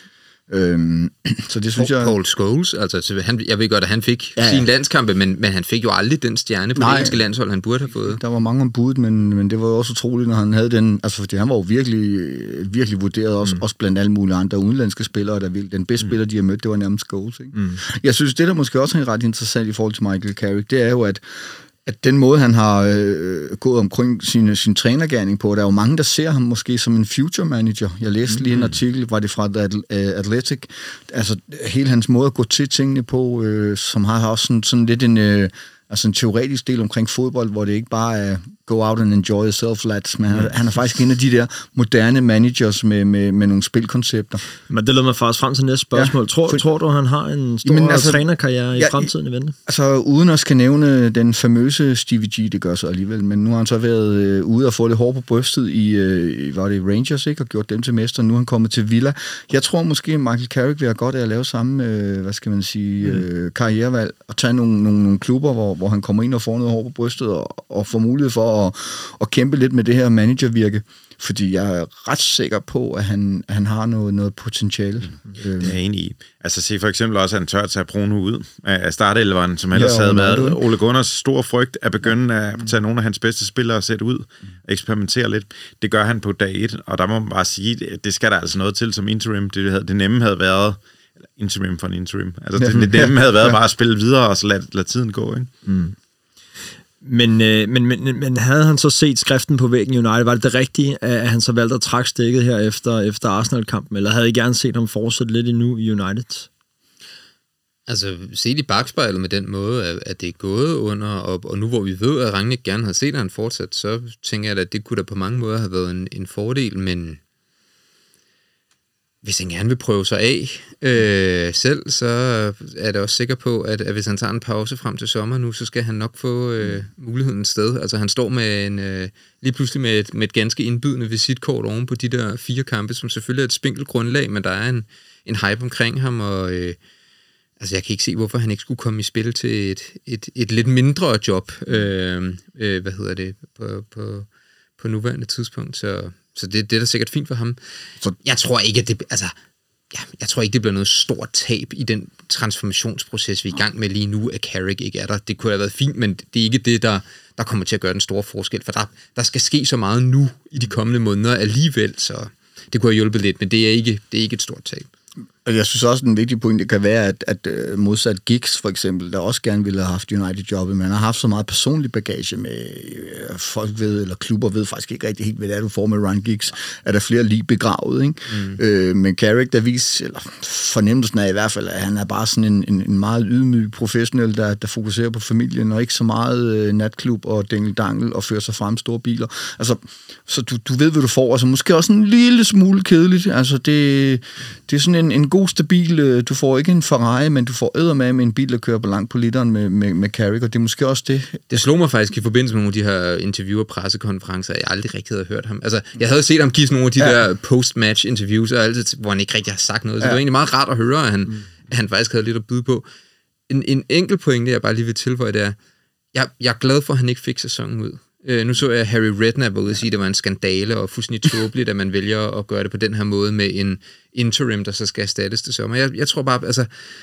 Så det synes jeg... Paul Scholes, altså jeg ved godt, at han fik sin landskampe, men han fik jo aldrig den stjerne på det engelske landshold, han burde have fået. Der var mange om budet, men det var jo også utroligt, når han havde den, altså fordi han var jo virkelig vurderet også blandt alle mulige andre udenlandske spillere, der ville. Den bedste spiller, de har mødt, det var nærmest Scholes, ikke? Jeg synes, det der måske også er ret interessant i forhold til Michael Carrick, det er jo, at at den måde, han har gået omkring sin trænergerning på, der er jo mange, der ser ham måske som en future manager. Jeg læste lige en artikel, var det fra The Athletic, altså hele hans måde at gå til tingene på, som har også sådan lidt en teoretisk del omkring fodbold, hvor det ikke bare er go out and enjoy yourself, lads, men han er faktisk en af de der moderne managers med nogle spilkoncepter. Men det leder mig faktisk frem til næste spørgsmål. Tror du, han har en stor trænerkarriere i fremtiden i vente? Altså, uden at skal nævne den famøse Stevie G, det gør så alligevel, men nu har han så været ude og få lidt hår på brystet i var det Rangers, ikke? Og gjort dem til mester. Nu er han kommet til Villa. Jeg tror måske, Michael Carrick vil have godt af at lave samme, karrierevalg, og tage nogle klubber, hvor han kommer ind og får noget hår på brystet, og får mulighed for at kæmpe lidt med det her managervirke, fordi jeg er ret sikker på, at han har noget potentiale. Det er jeg enig i. Altså se for eksempel også, at han tør at tage Bruno ud af startelveren, som ellers havde været Ole Gunnars store frygt at begynde at tage nogle af hans bedste spillere og sætte ud og eksperimentere lidt. Det gør han på dag 1, og der må man bare sige, at det skal der altså noget til som interim. Det nemme havde været interim for en interim. Altså det nemme havde været bare at spille videre og så lade tiden gå, ikke? Mm. Men havde han så set skriften på væggen i United, var det rigtige, at han så valgte at trække stikket her efter Arsenal-kampen, eller havde I gerne set ham fortsætte lidt endnu i United? Altså, set i bagspejlet med den måde, at det er gået under, og nu hvor vi ved, at Rangnick gerne havde set, at han fortsat, så tænker jeg, at det kunne da på mange måder have været en fordel, men hvis han gerne vil prøve sig af selv, så er det også sikker på, at hvis han tager en pause frem til sommer nu, så skal han nok få muligheden et sted. Altså han står med lige pludselig med et ganske indbydende visitkort oven på de der 4 kampe, som selvfølgelig er et spinkelt grundlag, men der er en hype omkring ham, og altså jeg kan ikke se, hvorfor han ikke skulle komme i spil til et lidt mindre job, på nuværende tidspunkt, så det er da sikkert fint for ham. Jeg tror ikke, at jeg tror ikke, det bliver noget stort tab i den transformationsproces, vi er i gang med lige nu, at Carrick ikke er der. Det kunne have været fint, men det er ikke det, der kommer til at gøre den store forskel, for der skal ske så meget nu i de kommende måneder alligevel, så det kunne have hjulpet lidt, men det er ikke et stort tab. Jeg synes også, en vigtig point, det kan være, at modsat Giggs for eksempel, der også gerne ville have haft United-jobbet, men han har haft så meget personlig bagage med folk ved, eller klubber ved faktisk ikke rigtig helt, hvad det er, du får med Ryan Giggs. Er der flere lige begravet, ikke? Men Carrick, der viser, eller fornemmelsen af i hvert fald, at han er bare sådan en meget ydmyg professionel, der fokuserer på familien, og ikke så meget natklub og dingeldangel og fører sig frem store biler. Altså, så du ved, hvad du får. Altså, måske også en lille smule kedeligt. Altså, det er sådan en god, stabil, du får ikke en Ferrari, men du får eddermame med en bil, der kører på langt på literen med Carrick, og det er måske også det. Det slog mig faktisk i forbindelse med nogle af de her interviewer og pressekonferencer, jeg aldrig rigtig havde hørt ham. Altså, jeg havde set ham give nogle af de der post-match interviews, og altid, hvor han ikke rigtig har sagt noget, så det var egentlig meget rart at høre, at han faktisk havde lidt at byde på. En enkelt pointe, jeg bare lige vil tilføje, det er, jeg er glad for, at han ikke fik sæsonen ud. Nu så jeg Harry Redknapp var ude og sige, at det var en skandale og fuldstændig tåbeligt, at man vælger at gøre det på den her måde med en interim, der så skal erstattes til sommer. Jeg tror bare, altså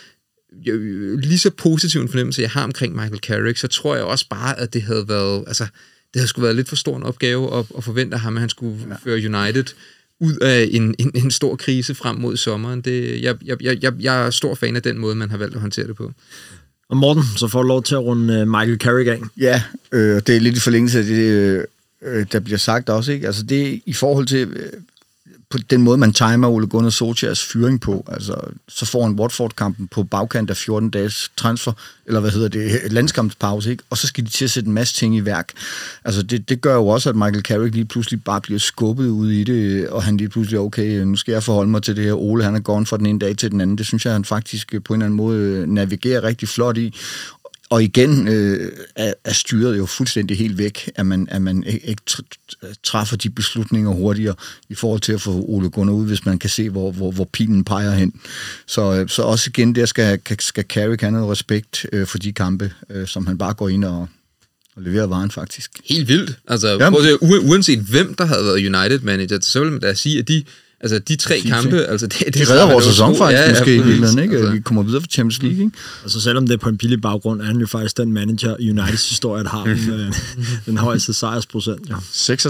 lige så positiv en fornemmelse, jeg har omkring Michael Carrick, så tror jeg også bare, at det havde været, altså det havde sgu været lidt for stor en opgave at forvente ham, at han skulle føre United ud af en stor krise frem mod sommeren. Jeg er stor fan af den måde, man har valgt at håndtere det på. Og Morten, så får du lov til at runde Michael Carrick af. Ja, det er lidt i forlængelse af det, der bliver sagt også, ikke? Altså det i forhold til på den måde, man timer Ole Gunnar Solskjærs fyring på, altså så får han Watford-kampen på bagkant af 14 dages transfer, eller landskampspause, ikke? Og så skal de til at sætte en masse ting i værk. Altså det gør jo også, at Michael Carrick lige pludselig bare bliver skubbet ud i det, og han lige pludselig, okay, nu skal jeg forholde mig til det her. Ole, han er gone fra den ene dag til den anden. Det synes jeg, han faktisk på en eller anden måde navigerer rigtig flot i. Og igen er styret jo fuldstændig helt væk, at man ikke træffer de beslutninger hurtigere i forhold til at få Ole Gunnar ud, hvis man kan se, hvor pilen peger hen. Så også igen der skal Carrick have noget respekt for de kampe, som han bare går ind og leverer varen faktisk. Helt vildt. Altså, prøv at se, uanset hvem der havde været United-manager, så vil man da sige, at de 3 kampe, altså det redder vores sæson faktisk måske i virkeligheden, ikke? Altså. Vi kommer videre fra Champions League, ikke? Altså selvom det er på en billig baggrund, er han jo faktisk den manager i Uniteds historie, der har den højeste sejrsprocent. Ja.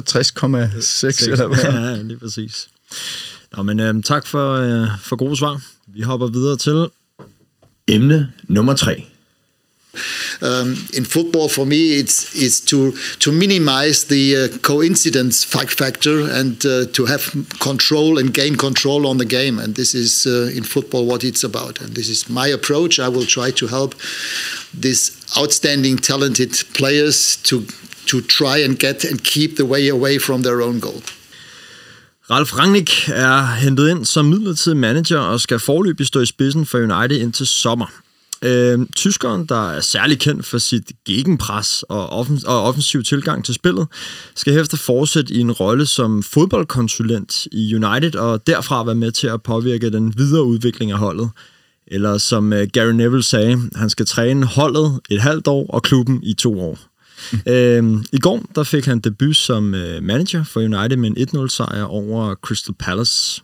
66,6 eller hvad? Ja, lige præcis. Nå, men tak for gode svar. Vi hopper videre til emne nummer 3. In football, for me, it's to minimize the coincidence factor and to have control and gain control on the game. And this is in football what it's about. And this is my approach. I will try to help these outstanding, talented players to try and get and keep the way away from their own goal. Ralf Rangnick er hentet ind som midlertidig manager og skal foreløbig stå i spidsen for United indtil sommer. Tyskeren, der er særlig kendt for sit gegenpres og offensiv tilgang til spillet, skal herefter fortsætte i en rolle som fodboldkonsulent i United og derfra være med til at påvirke den videre udvikling af holdet. Eller som Gary Neville sagde, han skal træne holdet et halvt år og klubben i 2 år. I går der fik han debut som manager for United med en 1-0-sejr over Crystal Palace.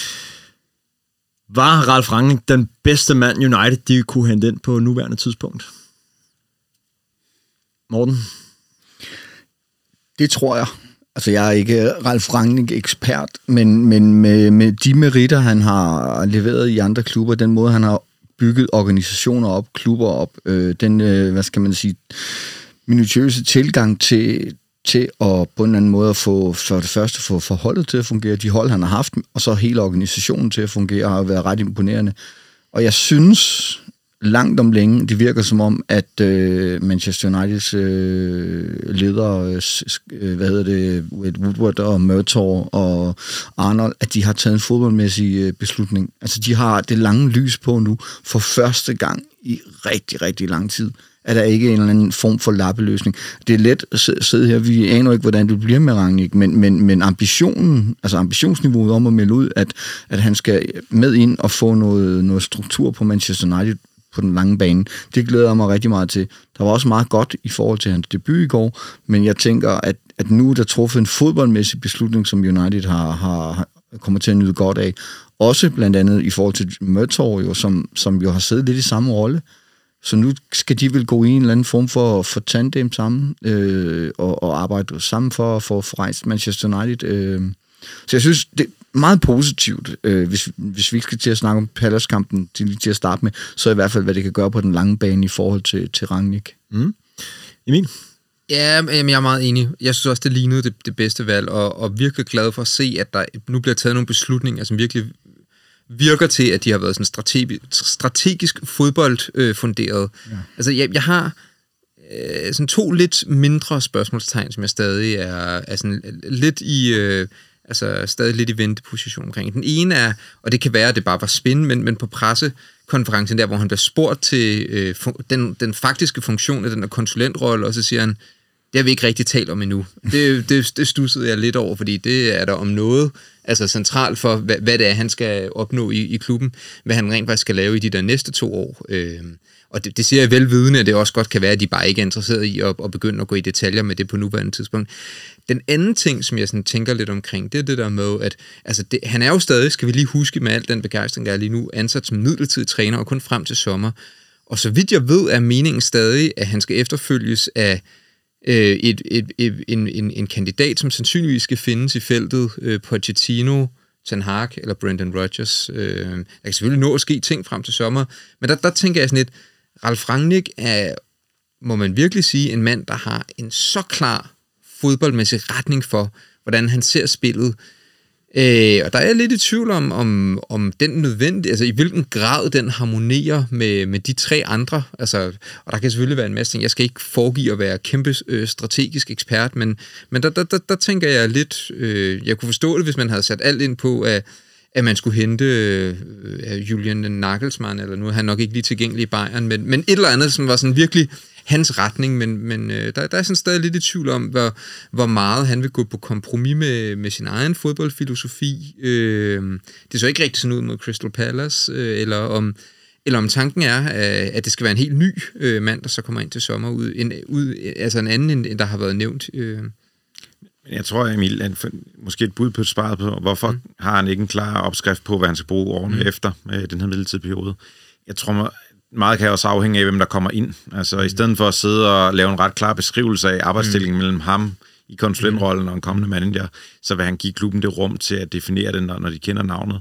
Var Ralf Rangnick den bedste mand United de kunne hente ind på nuværende tidspunkt? Morten? Det tror jeg. Altså, jeg er ikke Ralf Rangnick-ekspert, men med de meritter, han har leveret i andre klubber, den måde, han har bygget organisationer op, klubber op, den, hvad skal man sige, minutiøse tilgang til at på en eller anden måde at få holdet til at fungere, de hold, han har haft, og så hele organisationen til at fungere, har været ret imponerende. Og jeg synes langt om længe, det virker som om, at Manchester Uniteds ledere, Woodward og Murtaugh og Arnold, at de har taget en fodboldmæssig beslutning. Altså, de har det lange lys på nu, for første gang i rigtig, rigtig lang tid. Er der ikke en eller anden form for lappeløsning. Det er let at sidde her, vi aner ikke, hvordan det bliver med Rangnick, men ambitionen, altså ambitionsniveauet om at melde ud, at han skal med ind og få noget struktur på Manchester United på den lange bane, det glæder jeg mig rigtig meget til. Der var også meget godt i forhold til hans debut i går, men jeg tænker, at nu er der truffet en fodboldmæssig beslutning, som United har kommer til at nyde godt af. Også blandt andet i forhold til Murtaugh, jo, som jo har siddet lidt i samme rolle. Så nu skal de vel gå i en eller anden form for tandem sammen og arbejde sammen for at få rejst Manchester United. Så jeg synes, det er meget positivt, hvis vi ikke skal til at snakke om Palace-kampen til at starte med, så i hvert fald, hvad det kan gøre på den lange bane i forhold til Rangnick. Emil? Ja, jeg er meget enig. Jeg synes også, det lignede det bedste valg, og virkelig glad for at se, at der nu bliver taget nogle beslutninger, som virkelig virker til, at de har været sådan strategisk fodboldfunderet. Ja. Altså, jeg har sådan 2 lidt mindre spørgsmålstegn, som jeg stadig er sådan lidt i... stadig lidt i venteposition omkring. Den ene er, og det kan være, at det bare var spin, men på pressekonferencen der, hvor han bliver spurgt til den faktiske funktion af den der konsulentrolle, og så siger han, det har vi ikke rigtig talt om endnu. Det stussede jeg lidt over, fordi det er der om noget, altså centralt for, hvad det er, han skal opnå i klubben, hvad han rent faktisk skal lave i de der næste 2 år. Og det siger jeg velvidende, at det også godt kan være, at de bare ikke er interesseret i at begynde at gå i detaljer med det på nuværende tidspunkt. Den anden ting, som jeg sådan tænker lidt omkring, det er det der med, at altså han er jo stadig, skal vi lige huske med al den begejstring, der er lige nu, ansat som midlertidig træner, og kun frem til sommer. Og så vidt jeg ved, er meningen stadig, at han skal efterfølges af en kandidat, som sandsynligvis skal findes i feltet, Pochettino, Ten Hag eller Brendan Rodgers. Der kan selvfølgelig nå at ske ting frem til sommer, men der tænker jeg sådan lidt, Ralf Rangnick er, må man virkelig sige, en mand, der har en så klar fodboldmæssig retning for, hvordan han ser spillet. Og der er jeg lidt i tvivl om den nødvendige, altså i hvilken grad den harmonerer med de 3 andre. Altså, og der kan selvfølgelig være en masse ting. Jeg skal ikke foregive at være kæmpe strategisk ekspert, men der tænker jeg lidt, jeg kunne forstå det, hvis man havde sat alt ind på, at man skulle hente Julian Nagelsmann, eller nu er han nok ikke lige tilgængelig i Bayern, men et eller andet, som var sådan virkelig hans retning, men der er sådan stadig lidt i tvivl om, hvor meget han vil gå på kompromis med sin egen fodboldfilosofi. Det så ikke rigtig sådan ud mod Crystal Palace, eller om tanken er, at det skal være en helt ny mand, der så kommer ind til sommer, altså en anden, end der har været nævnt. Jeg tror, Emil, måske et bud på sparet på, hvorfor har han ikke en klar opskrift på, hvad han skal bruge årene efter den her midlertidige periode. Jeg tror, meget kan også afhænge af, hvem der kommer ind. Altså, i stedet for at sidde og lave en ret klar beskrivelse af arbejdsstillingen mellem ham i konsulentrollen og en kommende manager, så vil han give klubben det rum til at definere den, når de kender navnet.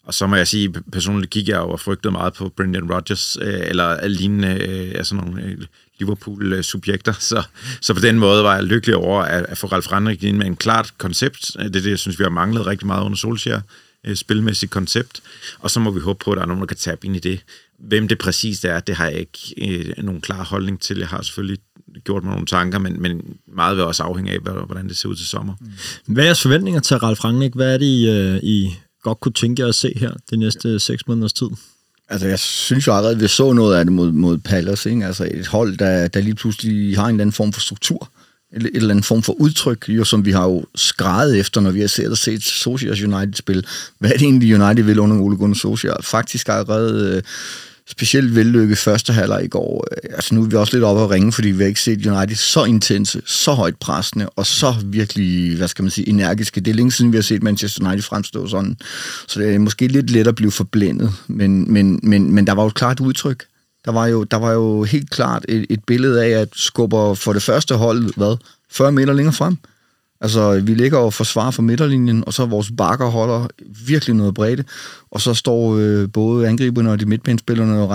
Og så må jeg sige, personligt gik jeg jo og frygtede meget på Brendan Rodgers, eller lignende, altså nogle Liverpool-subjekter. Så på den måde var jeg lykkelig over at få Ralf Rangnick ind med en klart koncept. Det er det, jeg synes, vi har manglet rigtig meget under Solskjaer. Spilmæssigt koncept. Og så må vi håbe på, at der er nogen, der kan tabe ind i det. Hvem det præcist er, det har jeg ikke nogen klar holdning til. Jeg har selvfølgelig gjort mig nogle tanker, men meget vil også afhænge af, hvordan det ser ud til sommer. Hvad er jeres forventninger til Ralf Rangnick? Hvad er det, I godt kunne tænke jer at se her de næste 6 måneders tid? Altså, jeg synes jo allerede, vi så noget af det mod Palace, ikke? Altså et hold, der lige pludselig har en eller anden form for struktur, et eller andet form for udtryk, jo, som vi har jo skreget efter, når vi har set Solskjaers United-spil. Hvad er det egentlig, United vil under Ole Gunnar Solskjaer? Faktisk allerede specielt vellykket første halvleg i går. Altså nu er vi også lidt oppe at ringe, fordi vi har ikke set United så intense, så højt pressende, og så virkelig, hvad skal man sige, energiske. Det er længe siden, vi har set Manchester United fremstå sådan. Så det er måske lidt let at blive forblændet, men der var jo et klart udtryk. Der var jo helt klart et billede af, at skubber for det første hold, 40 meter længere frem. Altså, vi ligger og forsvarer for midterlinjen, og så vores bakker holder virkelig noget bredde, og så står både angriberne og de midtbanespillerne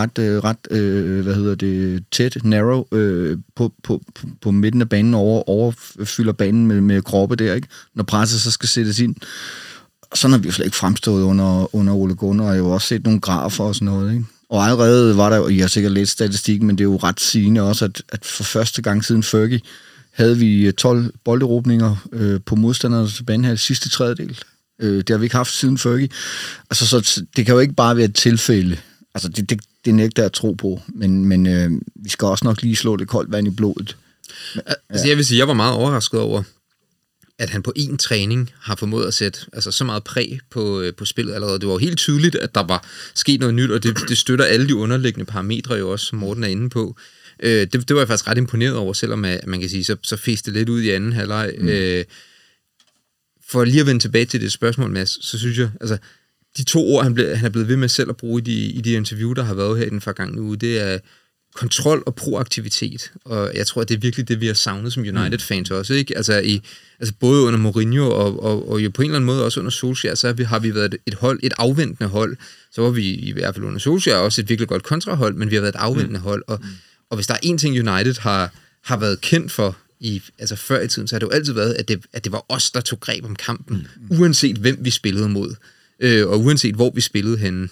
ret tæt, narrow, på midten af banen, overfylder banen med kroppe der, ikke? Når presset så skal sættes ind. Og sådan har vi jo slet ikke fremstået under Ole Gunnar, og jeg har jo også set nogle grafer og sådan noget, ikke? Og allerede var der jo, jeg har sikkert læst statistikken, men det er jo ret sigende også, at for første gang siden Fergie, havde vi 12 bolderåbninger på modstandernes banehalv sidste tredjedel. Det har vi ikke haft siden Fergie. Altså, så det kan jo ikke bare være et tilfælde. Altså, det nægter jeg at tro på. Men vi skal også nok lige slå det koldt vand i blodet. Altså, jeg vil sige, jeg var meget overrasket over, at han på én træning har formået at sætte så meget præg på spillet allerede. Det var jo helt tydeligt, at der var sket noget nyt, og det støtter alle de underliggende parametre jo også, som Morten er inde på. Det var jeg faktisk ret imponeret over, selvom man kan sige, så fæste lidt ud i anden halvleg. For lige at vende tilbage til det spørgsmål, Mads, så synes jeg, altså, de 2 ord, han er blevet ved med selv at bruge i de interview, der har været her i den forgangne uge, det er kontrol og proaktivitet. Og jeg tror, at det er virkelig det, vi har savnet som United-fans også, ikke? Altså både under Mourinho og jo på en eller anden måde også under Solskjaer, så har vi været et afventende hold. Så var vi i hvert fald under Solskjaer også et virkelig godt kontrahold, men vi har været et afventende hold, og hvis der er en ting, United har været kendt for før i tiden, så har det jo altid været, at det var os, der tog greb om kampen, uanset hvem vi spillede mod, og uanset hvor vi spillede henne.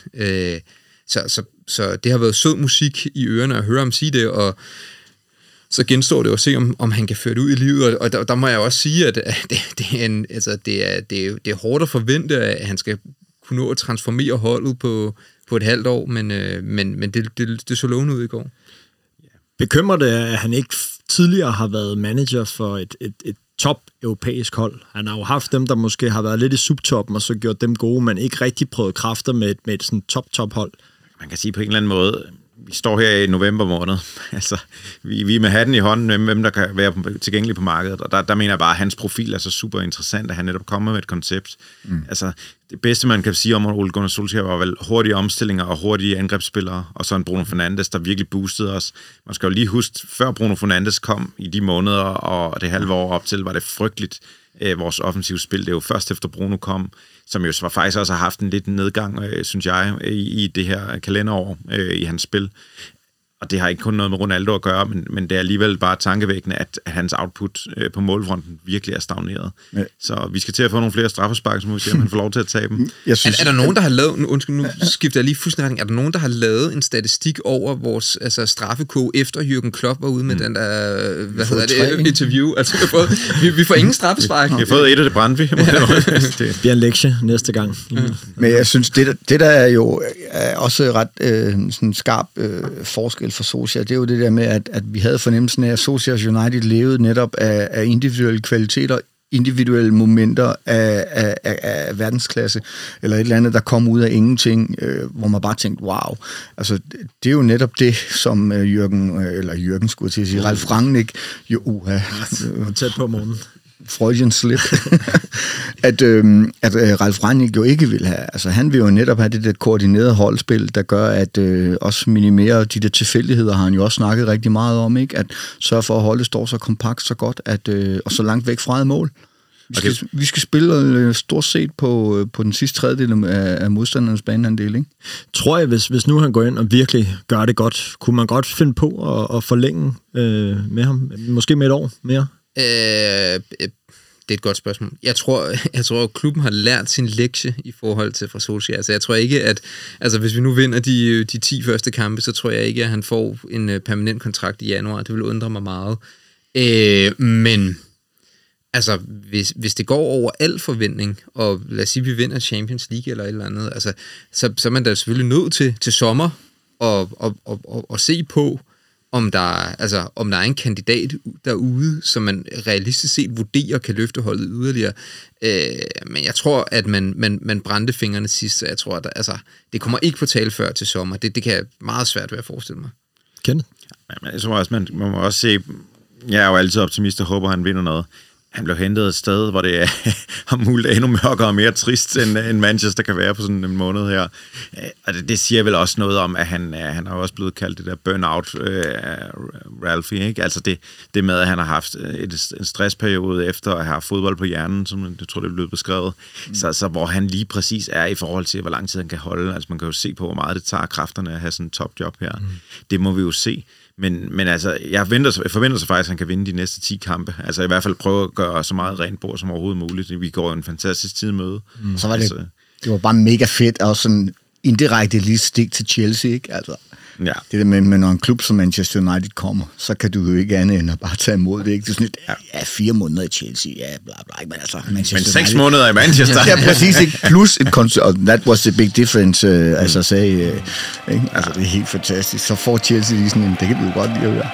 Så det har været sød musik i ørerne at høre ham sige det, og så genstår det at se, om han kan føre det ud i livet, og der må jeg også sige, at det er hårdt at forvente, at han skal kunne nå at transformere holdet på et halvt år, men det så lovende ud i går. Bekymrer det, at han ikke tidligere har været manager for et top-europæisk hold? Han har jo haft dem, der måske har været lidt i subtoppen, og så gjort dem gode, men ikke rigtig prøvet kræfter med et sådan top-hold. Man kan sige på en eller anden måde, vi står her i november måned, altså vi er med hatten i hånden, hvem der kan være tilgængelig på markedet, og der mener jeg bare, at hans profil er så super interessant, at han netop kommer med et koncept. Altså det bedste, man kan sige om Ole Gunnar Solskjaer, var vel hurtige omstillinger og hurtige angrebsspillere, og så en Bruno Fernandes, der virkelig boostede os. Man skal jo lige huske, før Bruno Fernandes kom i de måneder, og det halve år op til, var det frygteligt, vores offensive spil. Det er jo først efter Bruno kom, som jo faktisk også har haft en lidt nedgang, synes jeg, i det her kalenderår i hans spil. Og det har ikke kun noget med Ronaldo at gøre, men det er alligevel bare tankevækkende, at hans output på målfronten virkelig er stagneret. Ja. Så vi skal til at få nogle flere straffespark, så må vi se, om han får lov til at tabe dem. Er der nogen, der har lavet, nu skifter jeg lige fuldstændig, er der nogen, der har lavet en statistik over vores straffekode, efter Jürgen Klopp var ude med den der, interview? Altså, vi får ingen straffespark. Vi har fået et af det brændte vi. Det bliver en lektie næste gang. Men jeg synes, det der er jo også ret sådan skarp forskel for Solskjaer, det er jo det der med, at vi havde fornemmelsen af, at Solskjaer United levede netop af individuelle kvaliteter, individuelle momenter af verdensklasse, eller et eller andet, der kom ud af ingenting, hvor man bare tænkte, wow. Altså, det er jo netop det, som Jürgen skulle til at sige, Ralf Rangnick, jo, tæt på månen. Freudian slip, at Ralf Rangnick jo ikke vil have. Altså, han vil jo netop have det der koordinerede holdspil, der gør, at også minimere de der tilfældigheder, har han jo også snakket rigtig meget om, ikke? At sørge for, at holdet står så kompakt, så godt, og så langt væk fra et mål. Vi skal spille stort set på den sidste tredjedel af modstandernes baneandel, ikke? Tror jeg, hvis nu han går ind og virkelig gør det godt, kunne man godt finde på at forlænge med ham? Måske med et år mere? Det er et godt spørgsmål. Jeg tror, at klubben har lært sin lektie i forhold til fra Solskjaer. Altså, jeg tror ikke, at... Altså, hvis vi nu vinder de 10 første kampe, så tror jeg ikke, at han får en permanent kontrakt i januar. Det vil undre mig meget. Men... Altså, hvis det går over al forventning, og lad os sige, at vi vinder Champions League eller et eller andet, altså, så er man da selvfølgelig nødt til sommer og se på, om der er en kandidat derude, som man realistisk set vurderer kan løfte holdet yderligere. Men jeg tror, at man brændte fingrene sidst, så jeg tror, at det kommer ikke på tale før til sommer. Det kan meget svært være at forestille mig. Kenneth? Jeg tror også, man må også se... Jeg er jo altid optimist og håber, han vinder noget. Han blev hentet et sted, hvor det er om muligt endnu mørkere og mere trist, end Manchester kan være på sådan en måned her. Og det siger vel også noget om, at han har også blevet kaldt det der burnout Ralphie, ikke? Altså det med, at han har haft en stressperiode efter at have fodbold på hjernen, som jeg tror, det er blevet beskrevet. Så hvor han lige præcis er i forhold til, hvor lang tid han kan holde. Altså man kan jo se på, hvor meget det tager kræfterne at have sådan en topjob her. Det må vi jo se. Men altså, jeg forventer sig faktisk, at han kan vinde de næste 10 kampe. Altså i hvert fald prøve at gøre så meget rent bord som overhovedet muligt. Vi går en fantastisk tid møde. Så var det var bare mega fedt, og sådan indirekte lige stik til Chelsea, ikke? Altså, ja. Det der med, når en klub som Manchester United kommer, så kan du jo ikke andet end at bare tage imod det, ikke? Det er sådan 4 måneder i Chelsea, ja, bla bla, men altså... Men 6 måneder i Manchester. Ja, præcis, ikke? Plus that was the big difference, altså sagde, ikke? Altså, det er helt fantastisk. Så får Chelsea lige sådan en, det kan vi jo godt lide at høre.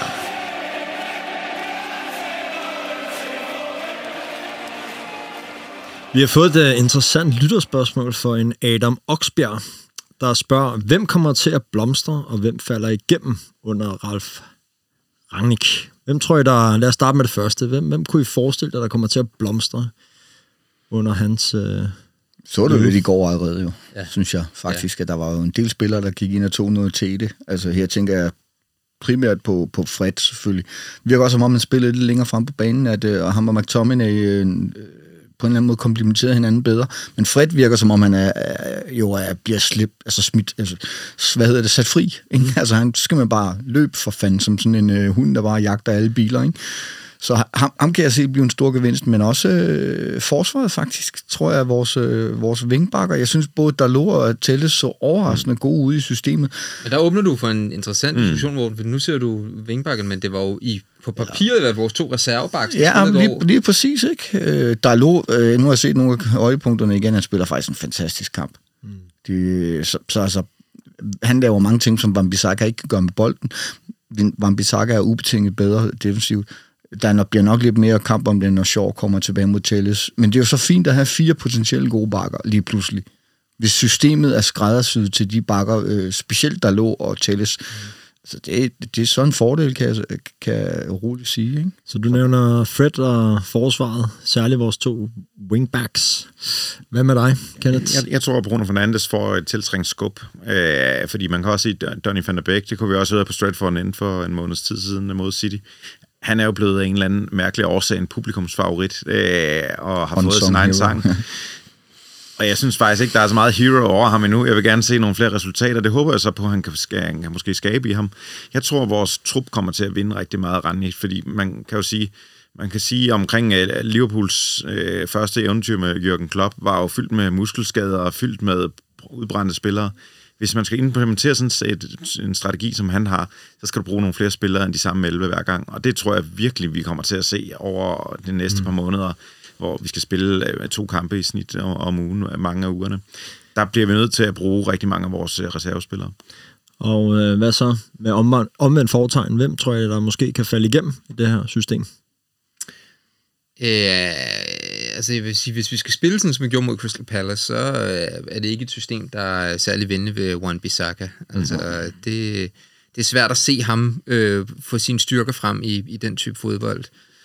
Vi har fået et interessant lytterspørgsmål for en Adam Oksbjerg, der spørger, hvem kommer til at blomstre, og hvem falder igennem under Ralf Rangnick? Hvem tror I, lad os starte med det første. Hvem kunne I forestille dig, der kommer til at blomstre under hans... Så det lidt i går allerede jo, synes jeg faktisk, at der var jo en del spillere, der gik ind og tog noget til det. Altså her tænker jeg primært på Fred selvfølgelig. Det virker også som om, man spillede lidt længere frem på banen, at ham og McTominay... på en eller anden måde komplementerer hinanden bedre. Men Fred virker, som om han bliver sat fri. Ikke? Altså, han skal man bare løbe for fanden, som sådan en hund, der bare jagter alle biler. Ikke? Så ham kan jeg se blive en stor gevinst, men også forsvaret faktisk, tror jeg, vores vingbakker. Jeg synes både Dalot og Telles så overraskende gode ude i systemet. Men der åbner du for en interessant diskussion, hvor nu ser du vingbakken, men det var jo på papiret, at vores 2 reservebakker. Ja, lige præcis, ikke? Dalot, nu har jeg set nogle af højdepunkterne igen, han spiller faktisk en fantastisk kamp. Så han laver mange ting, som Wan-Bissaka ikke kan gøre med bolden. Wan-Bissaka er ubetinget bedre defensivt. Der bliver nok lidt mere kamp om det, når Shaw kommer tilbage mod Telles. Men det er jo så fint at have 4 potentielle gode bakker lige pludselig. Hvis systemet er skræddersyet til de bakker, specielt Dalot og Telles. Så det er sådan en fordel, kan jeg roligt sige. Ikke? Så du nævner Fred og forsvaret, særligt vores 2 wingbacks. Hvad med dig, Kenneth? Jeg tror, at Bruno Fernandes får et tiltrængt skub, fordi man kan også se Donny van der Beek, det kunne vi også høre på Stratford inden for en måneds tid siden mod City. Han er jo blevet en eller anden mærkelig årsag en publikumsfavorit, og har fået sin egen sang. Og jeg synes faktisk ikke, der er så meget hero over ham endnu. Jeg vil gerne se nogle flere resultater. Det håber jeg så på, at han kan måske skabe i ham. Jeg tror, at vores trup kommer til at vinde rigtig meget Rangnick, fordi man kan sige omkring Liverpools første eventyr med Jürgen Klopp, var jo fyldt med muskelskader og fyldt med udbrændte spillere. Hvis man skal implementere sådan en strategi, som han har, så skal du bruge nogle flere spillere end de samme 11 hver gang. Og det tror jeg virkelig, vi kommer til at se over de næste par måneder, hvor vi skal spille 2 kampe i snit om ugen, mange af ugerne. Der bliver vi nødt til at bruge rigtig mange af vores reservespillere. Og hvad så med omvendt foretegn? Hvem tror jeg, der måske kan falde igennem i det her system? Altså jeg vil sige, hvis vi skal spille sådan, som vi gjorde mod Crystal Palace, så er det ikke et system, der er særlig venlig ved Wan-Bissaka. Altså det er svært at se ham få sine styrker frem i den type fodbold.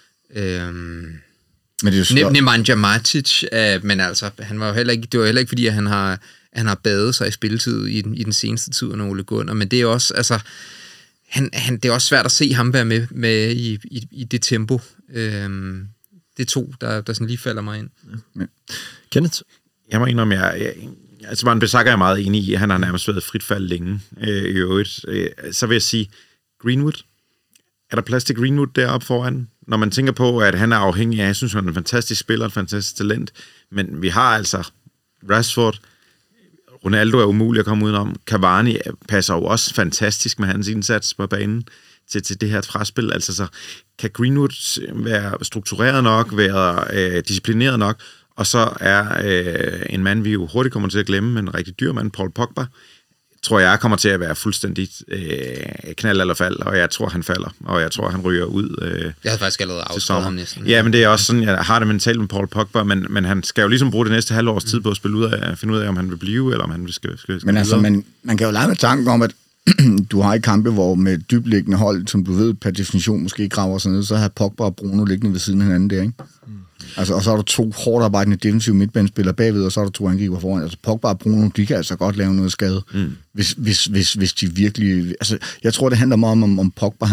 Nemanja Matic, men altså, han var jo heller ikke, det var heller ikke fordi, at han har badet sig i spilletid i den seneste tid under Ole Gunnar, men det er også, altså, det er også svært at se ham være med i det tempo. Det er to, der sådan lige falder mig ind. Ja. Kenneth? Jeg må indrømme, altså Van Bissaka er jeg meget enig i. Han har nærmest været frit fald længe i øvrigt. Så vil jeg sige, Greenwood. Er der plads til Greenwood deroppe foran? Når man tænker på, at han er afhængig af, jeg synes, han er en fantastisk spiller, et fantastisk talent, men vi har altså Rashford, Ronaldo er umulig at komme udenom, Cavani passer jo også fantastisk med hans indsats på banen til det her fraspil. Altså så kan Greenwood være struktureret nok, være disciplineret nok, og så er en mand, vi jo hurtigt kommer til at glemme, men en rigtig dyr mand, Paul Pogba, tror jeg kommer til at være fuldstændig knald eller fald, og jeg tror, han falder, og jeg tror, han ryger ud. Jeg havde faktisk allerede afskrevet ham næsten. Ja, men det er også sådan, jeg har det mentalt med Paul Pogba, men han skal jo ligesom bruge det næste halvårs tid på at finde ud af, om han vil blive, eller om han skal men altså, man kan jo lege med tanken om, at du har i kampe, hvor med dybliggende hold, som du ved per definition måske graver sig ned, så har Pogba og Bruno liggende ved siden af hinanden der, ikke? Altså, og så er der to hårdt arbejdende defensive midtbanespillere bagved, og så er der to angriber foran. Altså, Pogba og Bruno, de kan altså godt lave noget skade, hvis de virkelig... Altså, jeg tror, det handler meget om Pogba,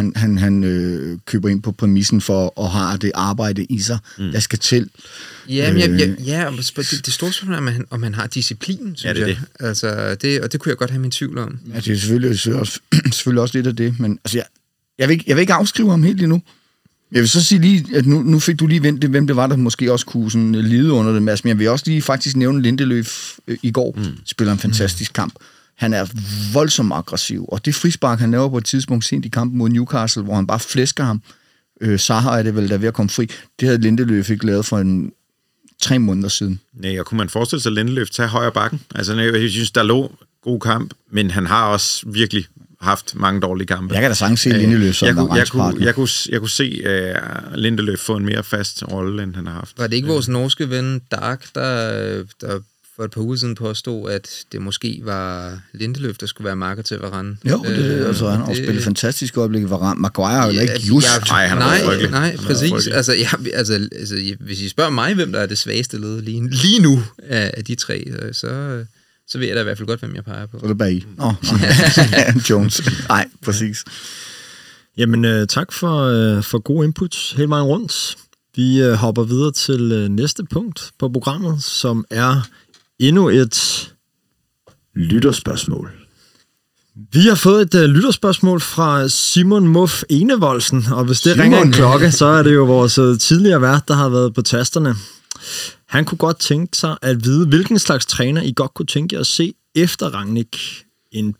han køber ind på præmissen for at have det arbejde i sig, der skal til. Ja, men det store spørgsmål er, om han har disciplin, synes jeg. Altså, og det kunne jeg godt have min tvivl om. Ja, det er selvfølgelig også lidt af det, men altså, jeg vil ikke afskrive ham helt endnu. Jeg vil så sige lige, at nu fik du lige vendt det, hvem det var, der måske også kunne sådan lide under det, Mads, men jeg vil også lige faktisk nævne Lindeløf i går, spiller en fantastisk kamp. Han er voldsomt aggressiv, og det frispark, han laver på et tidspunkt sent i kampen mod Newcastle, hvor han bare flæsker ham, Zaha er det vel, der er ved at komme fri, det havde Lindeløf ikke lavet for 3 måneder siden. Nej, og kunne man forestille sig, at Lindeløf tager højre bakken? Altså, jeg synes, der lå god kamp, men han har også virkelig haft mange dårlige kampe. Jeg kan da sagtens se Lindeløf som jeg kunne se Lindeløf få en mere fast rolle, end han har haft. Var det ikke vores norske ven Dark, der for et par uger siden påstod, at det måske var Lindeløf, der skulle være marker til Varane? Jo, altså, han har også spillet fantastisk øjeblik i Varane. Maguire er jo ikke just. Nej, præcis. Altså, hvis I spørger mig, hvem der er det svageste led lige nu af de tre, så ved jeg da i hvert fald godt, hvem jeg peger på. Så er det bare I. Jones. Nej, præcis. Jamen, tak for god input hele vejen rundt. Vi hopper videre til næste punkt på programmet, som er endnu et lytterspørgsmål. Vi har fået et lytterspørgsmål fra Simon Muff Enevoldsen, og hvis det ringer en klokke, så er det jo vores tidligere vært, der har været på tasterne. Han kunne godt tænke sig at vide, hvilken slags træner I godt kunne tænke jer at se efter Rangnick. En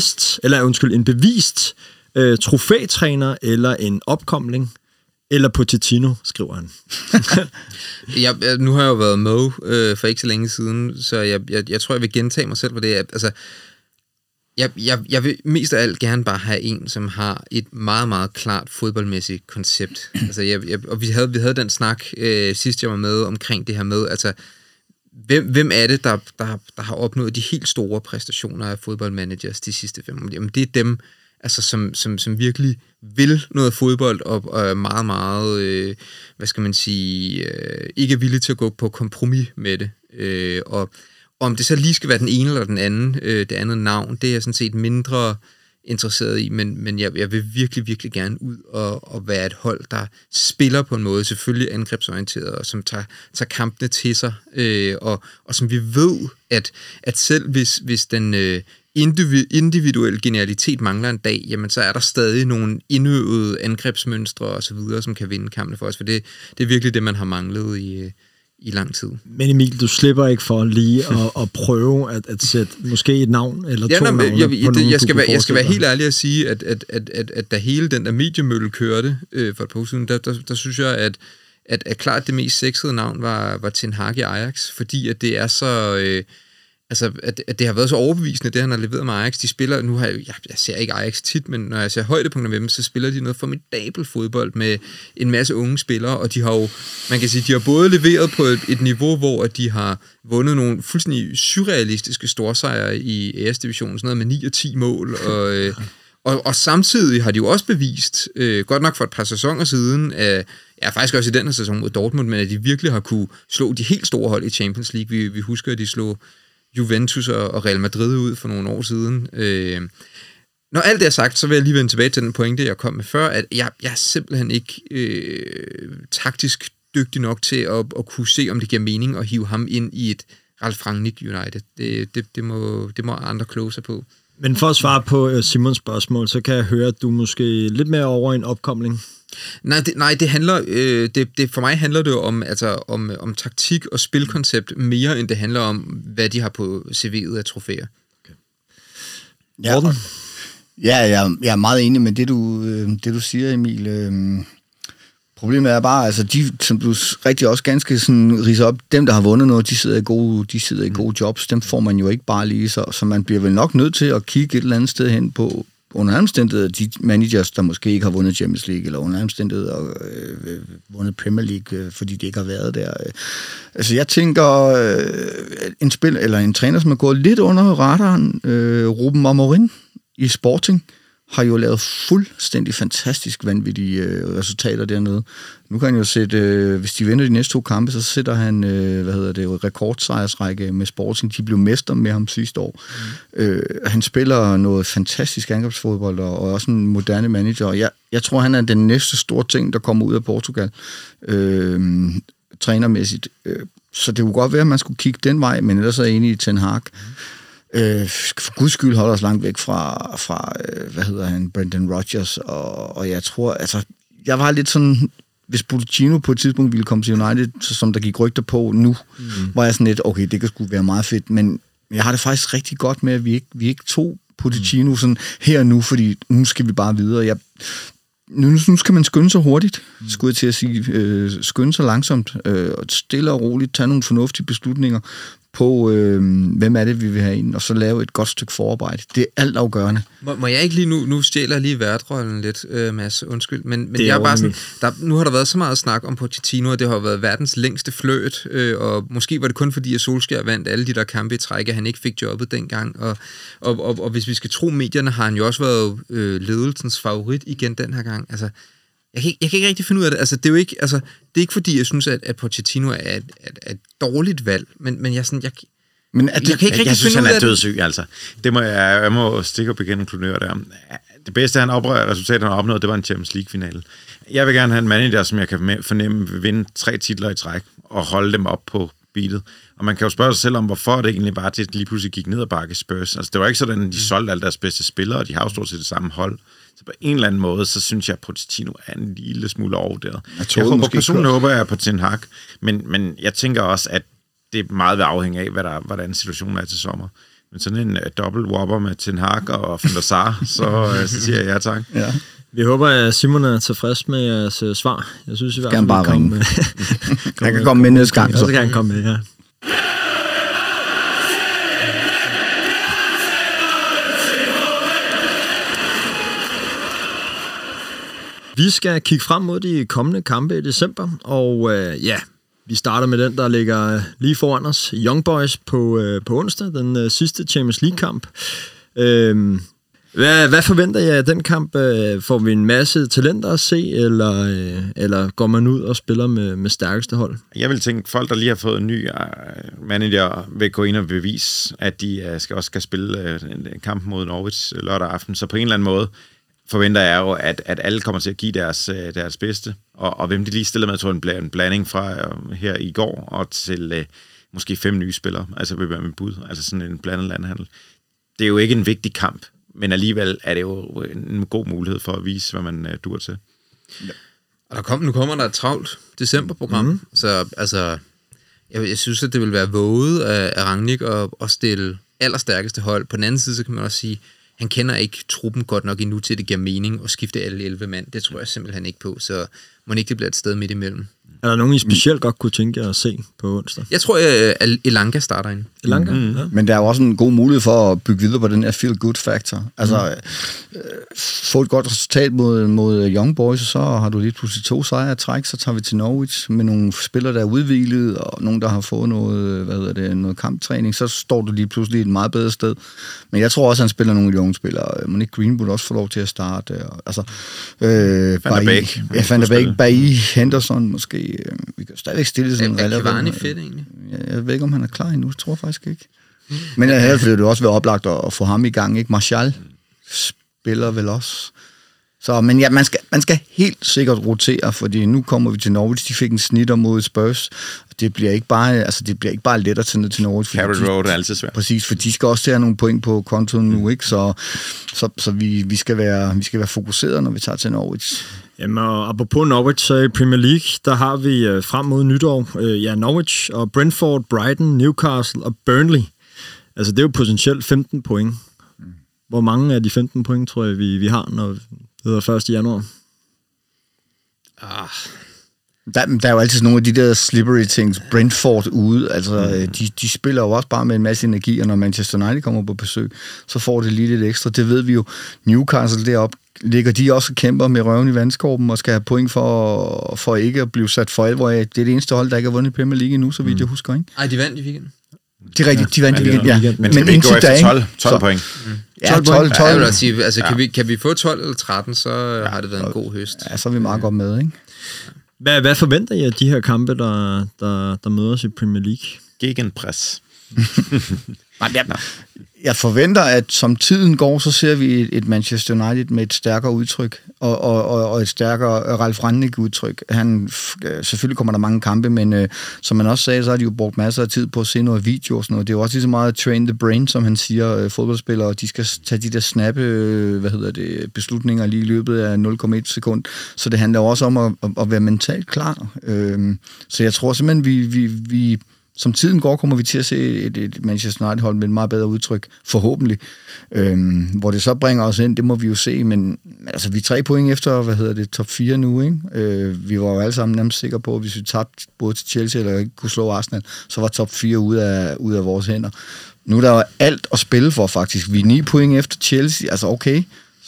bevist trofætræner eller en opkomling, eller Pochettino, skriver han. Nu har jeg jo været Mo for ikke så længe siden, så jeg tror, jeg vil gentage mig selv på det. Altså, jeg vil mest af alt gerne bare have en, som har et meget, meget klart fodboldmæssigt koncept. Altså, og vi havde den snak sidst, jeg var med omkring det her med, altså, hvem er det, der har opnået de helt store præstationer af fodboldmanagers de sidste 5 år? Jamen, det er dem, altså, som virkelig vil noget fodbold, og er meget, meget, hvad skal man sige, ikke er villige til at gå på kompromis med det. Og om det så lige skal være den ene eller den anden, det andet navn, det er jeg sådan set mindre interesseret i, men jeg vil virkelig, virkelig gerne ud og være et hold, der spiller på en måde, selvfølgelig angrebsorienteret, og som tager kampene til sig, og som vi ved, at selv hvis den individuel genialitet mangler en dag, jamen så er der stadig nogle indøvede angrebsmønstre og så videre, som kan vinde kampene for os, for det er virkelig det, man har manglet i lang tid. Men Emil, du slipper ikke for lige at prøve at sætte måske et navn eller to navne på nogen, jeg skal være helt ærlig at sige, at da hele den der mediemølle kørte for et par uger siden, der synes jeg, at klart det mest sexede navn var Ten Hag i Ajax, fordi at det er så... Altså, at det har været så overbevisende, det han har leveret med Ajax. De spiller, nu har jeg ser ikke Ajax tit, men når jeg ser højdepunkter med dem, så spiller de noget formidabel fodbold med en masse unge spillere, og de har jo, man kan sige, de har både leveret på et niveau, hvor de har vundet nogle fuldstændig surrealistiske storsejre i AS-divisionen, sådan noget med 9 og 10 mål, og samtidig har de jo også bevist, godt nok for et par sæsoner siden, faktisk også i den her sæson mod Dortmund, men at de virkelig har kunne slå de helt store hold i Champions League. Vi husker, at de slog Juventus og Real Madrid ud for nogle år siden. Når alt det er sagt, så vil jeg lige vende tilbage til den pointe, jeg kom med før, at jeg er simpelthen ikke taktisk dygtig nok til at kunne se, om det giver mening at hive ham ind i et Ralf Rangnick United. Det må andre kloge sig på. Men for at svare på Simons spørgsmål, så kan jeg høre, at du måske lidt mere over en opkomling. Nej, det handler for mig handler det jo om taktik og spilkoncept mere end det handler om hvad de har på CV'et af trofæer. Okay. Jeg er meget enig med det du siger, Emil. Problemet er bare, altså de, som du rigtig også ganske sådan ridser op, dem der har vundet noget, de sidder i gode jobs, dem får man jo ikke bare lige så man bliver vel nok nødt til at kigge et eller andet sted hen på under omstændigheder, de managers, der måske ikke har vundet Champions League, eller under omstændigheder vundet Premier League, fordi de ikke har været der. Altså jeg tænker, en træner, som er gået lidt under radaren, Ruben Amorim i Sporting, har jo lavet fuldstændig fantastisk vanvittige resultater dernede. Nu kan han jo sætte, hvis de vinder de næste 2 kampe, så sætter han, rekordsejrsrække med Sporting. De blev mester med ham sidste år. Han spiller noget fantastisk angrebsfodbold, og også en moderne manager. Jeg tror, han er den næste store ting, der kommer ud af Portugal, trænermæssigt. Så det kunne godt være, at man skulle kigge den vej, men ellers er jeg enig i Ten Hag. For guds skyld holder os langt væk fra Brendan Rodgers, og jeg tror, altså, jeg var lidt sådan, hvis Pochettino på et tidspunkt ville komme til United, som der gik rygter på nu, var jeg sådan lidt, okay, det kan sgu være meget fedt, men jeg har det faktisk rigtig godt med, at vi ikke tog Pochettino sådan her og nu, fordi nu skal vi bare videre. Nu skal man skynde sig hurtigt, skulle jeg til at sige, skynde sig langsomt, stille og roligt, tage nogle fornuftige beslutninger på, hvem er det, vi vil have ind, og så lave et godt stykke forarbejde. Det er altafgørende. Må jeg ikke lige nu stjæler jeg lige værtrollen lidt, Mads, undskyld, men jeg er bare sådan, nu har der været så meget snak om Pochettino, og det har været verdens længste fløjt, og måske var det kun fordi, at Solskjaer vandt alle de der kampe i træk, at han ikke fik jobbet dengang, og hvis vi skal tro medierne, har han jo også været ledelsens favorit igen den her gang. Altså, jeg kan ikke rigtig finde ud af det. Altså, det er jo ikke, det er ikke fordi, jeg synes, at Pochettino er et dårligt valg, men jeg sådan, jeg kan ikke rigtig finde ud af det. Jeg synes, han er dødssyg, altså. Det må jeg må stikke op igen og klunøre der. Det bedste, resultat, han har opnået, det var en Champions League-finale. Jeg vil gerne have en manager, som jeg kan fornemme vil vinde 3 titler i træk og holde dem op på beatet. Og man kan jo spørge sig selv om, hvorfor det egentlig bare til lige pludselig gik ned ad bakke Spurs. Altså, det var ikke sådan, at de solgte alle deres bedste spillere, og de har jo stort set det samme hold. Så på en eller anden måde, så synes jeg, at Pochettino er en lille smule overvurderet. Jeg personligt håber jeg på Ten Hag, men jeg tænker også, at det meget vil afhænge af, hvordan situationen er til sommer. Men sådan en dobbelt whopper med Ten Hag og Van der Sar, så siger jeg ja tak. Ja. Vi håber, at Simon er tilfreds med jeres svar. Jeg synes i hvert fald, han bare ringe. Han kan komme med næste gang. Så kan han komme med, ja. Vi skal kigge frem mod de kommende kampe i december, og vi starter med den, der ligger lige foran os. Young Boys på onsdag, den sidste Champions League-kamp. Hvad forventer jeg af den kamp? Får vi en masse talenter at se, eller går man ud og spiller med stærkeste hold? Jeg vil tænke, folk, der lige har fået en ny manager, vil gå ind og bevise, at de skal spille en kamp mod Norwich lørdag aften. Så på en eller anden måde forventer jeg jo, at alle kommer til at give deres bedste. Og hvem de lige stiller med, tror jeg, en blanding fra her i går og til måske 5 nye spillere, altså vil være med bud, altså sådan en blandet landhandel. Det er jo ikke en vigtig kamp, men alligevel er det jo en god mulighed for at vise, hvad man dur til. Ja. Og nu kommer der et travlt decemberprogram, så altså, jeg synes, at det vil være våget af Rangnick at stille allerstærkeste hold. På den anden side, så kan man også sige, han kender ikke truppen godt nok endnu til, det giver mening at skifte alle 11 mand. Det tror jeg simpelthen ikke på, så må ikke det bliver et sted midt imellem. Er der nogen, I specielt godt kunne tænke jer at se på onsdag? Jeg tror, at Elanga starter ind. Elanga? Ja. Men der er jo også en god mulighed for at bygge videre på den her feel-good-faktor. Altså, få et godt resultat mod Young Boys, og så har du lige pludselig 2 sejre at træk, så tager vi til Norwich med nogle spillere, der er udhvilet, og nogen, der har fået noget kamptræning, så står du lige pludselig et meget bedre sted. Men jeg tror også, at han spiller nogle unge spillere. Må ikke Greenwood også få lov til at starte? Altså, Van der Beek, Bailly, Henderson måske. Vi kan stadigvæk stille sådan en relevant. Er Cavani fedt egentlig? Jeg ved ikke, om han er klar endnu. Det tror jeg faktisk ikke. Men her vil det også være oplagt at få ham i gang, ikke? Martial spiller vel også. Så, men ja, man skal helt sikkert rotere, fordi nu kommer vi til Norwich, de fik en snitter mod Spurs. Det bliver ikke bare let at tage ned til Norwich. Carrick Road er altid svært. Præcis, for de skal også tage nogle point på kontoen nu, ikke? Så vi skal være fokuseret, når vi tager til Norwich. Jamen, og apropos Norwich, så i Premier League, der har vi frem mod nytår, Norwich og Brentford, Brighton, Newcastle og Burnley. Altså, det er jo potentielt 15 point. Hvor mange af de 15 point, tror jeg, vi har, når det hedder 1. januar? Der er jo altid nogle af de der slippery things. Brentford ude, altså de spiller jo også bare med en masse energi, og når Manchester United kommer på besøg, så får det lige lidt ekstra. Det ved vi jo. Newcastle deroppe, ligger de også og kæmper med røven i vandskorben og skal have point for ikke at blive sat for alvor af. Det er det eneste hold, der ikke har vundet Premier League endnu, så vidt jeg husker, ikke? Ej, de vandt i weekenden. Det er rigtigt, de vandt i weekenden, ja. Men skal vi ikke gå efter 12 point? Ja, 12. Jeg vil sige, altså, kan vi få 12 eller 13, så har det været en god høst. Ja, så er vi meget godt med, ikke? Hvad forventer I af de her kampe, der møder os i Premier League? Gegenpress. Jeg forventer, at som tiden går, så ser vi et Manchester United med et stærkere udtryk, og et stærkere Ralf Rangnick-udtryk. Selvfølgelig kommer der mange kampe, men som man også sagde, så har de jo brugt masser af tid på at se noget video og sådan noget. Det er jo også lige så meget train the brain, som han siger, fodboldspillere, de skal tage de der snappe, beslutninger lige i løbet af 0,1 sekund. Så det handler jo også om at være mentalt klar. Så jeg tror simpelthen, vi som tiden går, kommer vi til at se et Manchester United-hold med et meget bedre udtryk, forhåbentlig. Hvor det så bringer os ind, det må vi jo se, men altså, vi er 3 point efter, top 4 nu, ikke? Vi var jo alle sammen nærmest sikre på, at hvis vi tabte både til Chelsea eller ikke kunne slå Arsenal, så var top 4 ud af vores hænder. Nu er der jo alt at spille for, faktisk. Vi er 9 point efter Chelsea, altså okay.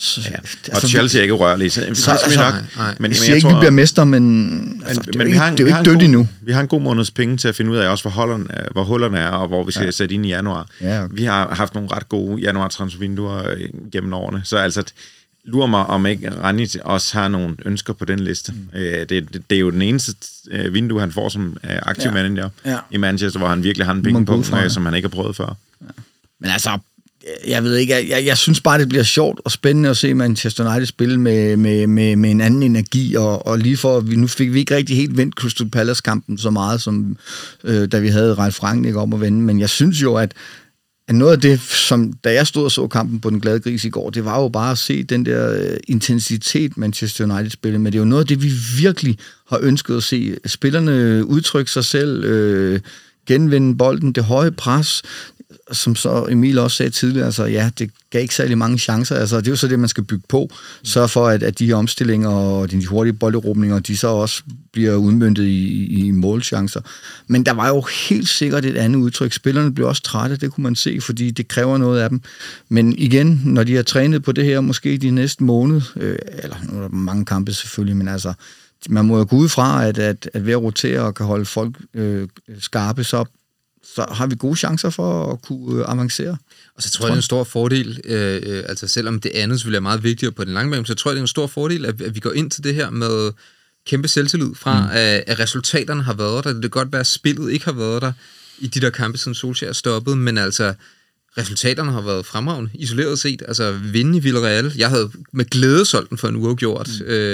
Og Chelsea er ikke rørlig. Men jeg siger ikke, vi bliver mester, men det er jo ikke dødt endnu. Vi har en god måneds penge til at finde ud af også, hvor hullerne er, og hvor vi skal sætte ind i januar. Ja, okay. Vi har haft nogle ret gode januar-transfervinduer gennem årene, så altså lurer mig, om ikke Rangnick også har nogle ønsker på den liste. Det er jo den eneste vindue, han får som aktiv manager i Manchester, hvor han virkelig har en penge på, som han ikke har prøvet før. Ja. Men altså, jeg ved ikke, jeg synes bare, det bliver sjovt og spændende at se Manchester United spille med en anden energi, og lige for, nu fik vi ikke rigtig helt vendt Crystal Palace-kampen så meget, som da vi havde Ralf Rangnick om at vende, men jeg synes jo, at noget af det, som da jeg stod og så kampen på Den Glade Gris i går, det var jo bare at se den der intensitet, Manchester United spillede, men det er jo noget af det, vi virkelig har ønsket at se. Spillerne udtrykke sig selv, genvinde bolden, det høje pres, som så Emil også sagde tidligere, altså ja, det gav ikke særlig mange chancer, altså det er jo så det, man skal bygge på, sørge for, at de her omstillinger og de hurtige bolderobninger, de så også bliver udmøntet i målchancer. Men der var jo helt sikkert et andet udtryk. Spillerne blev også trætte, det kunne man se, fordi det kræver noget af dem. Men igen, når de har trænet på det her, måske de næste måned, eller nu er der mange kampe selvfølgelig, men altså, man må jo gå ud fra, at ved at rotere og kan holde folk skarpe, så har vi gode chancer for at kunne avancere. Og så tror jeg, det er en stor fordel, altså selvom det andet selvfølgelig er meget vigtigere på den lange bane, så tror jeg, det er en stor fordel, at vi går ind til det her med kæmpe selvtillid fra, at resultaterne har været der. Det kan godt være, at spillet ikke har været der i de der kampe, siden Solskjaer stoppet, men altså resultaterne har været fremragende, isoleret set. Altså vinde i Villarreal. Jeg havde med glæde solgt den for en uafgjort.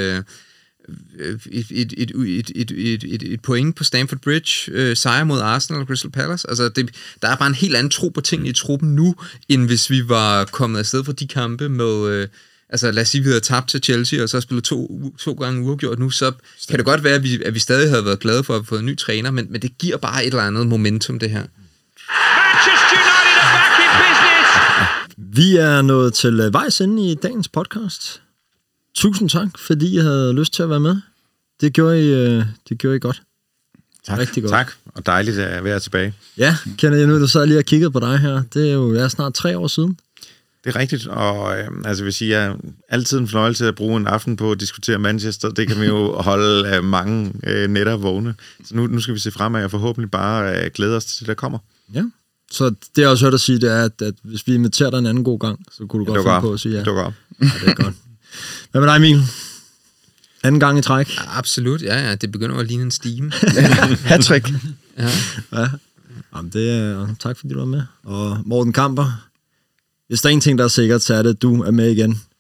Et point på Stamford Bridge, sejr mod Arsenal og Crystal Palace. Altså, der er bare en helt anden tro på tingene i truppen nu, end hvis vi var kommet afsted fra de kampe med... altså, lad os sige, at vi havde tabt til Chelsea, og så spillet to gange uafgjort nu, så kan det godt være, at vi stadig havde været glade for at få en ny træner, men det giver bare et eller andet momentum, det her. Manchester United er back in business! Vi er nået til vejs ende i dagens podcast. Tusind tak, fordi I havde lyst til at være med. Det gjorde I godt. Tak. Rigtig godt. Tak, og dejligt at være tilbage. Ja, kender jeg nu, du sad lige og kiggede på dig her. Det er jo snart 3 år siden. Det er rigtigt, og altså vil sige, jeg er altid en fornøjelse at bruge en aften på at diskutere Manchester. Det kan vi jo holde mange nætter vågne. Så nu skal vi se fremad og forhåbentlig bare glæde os til det, der kommer. Ja, så det jeg også hørt at sige, det er, at hvis vi inviterer dig en anden god gang, så kunne du godt finde på at sige ja. Det var godt. Ja, det er godt. Hvad med dig, Emil? Anden gang i træk? Ja, absolut, ja. Det begynder at ligne en stime. Hattrick. Ja. Jamen, tak fordi du var med. Og Morten Kamper, hvis der er en ting, der er sikkert, så er det, at du er med igen.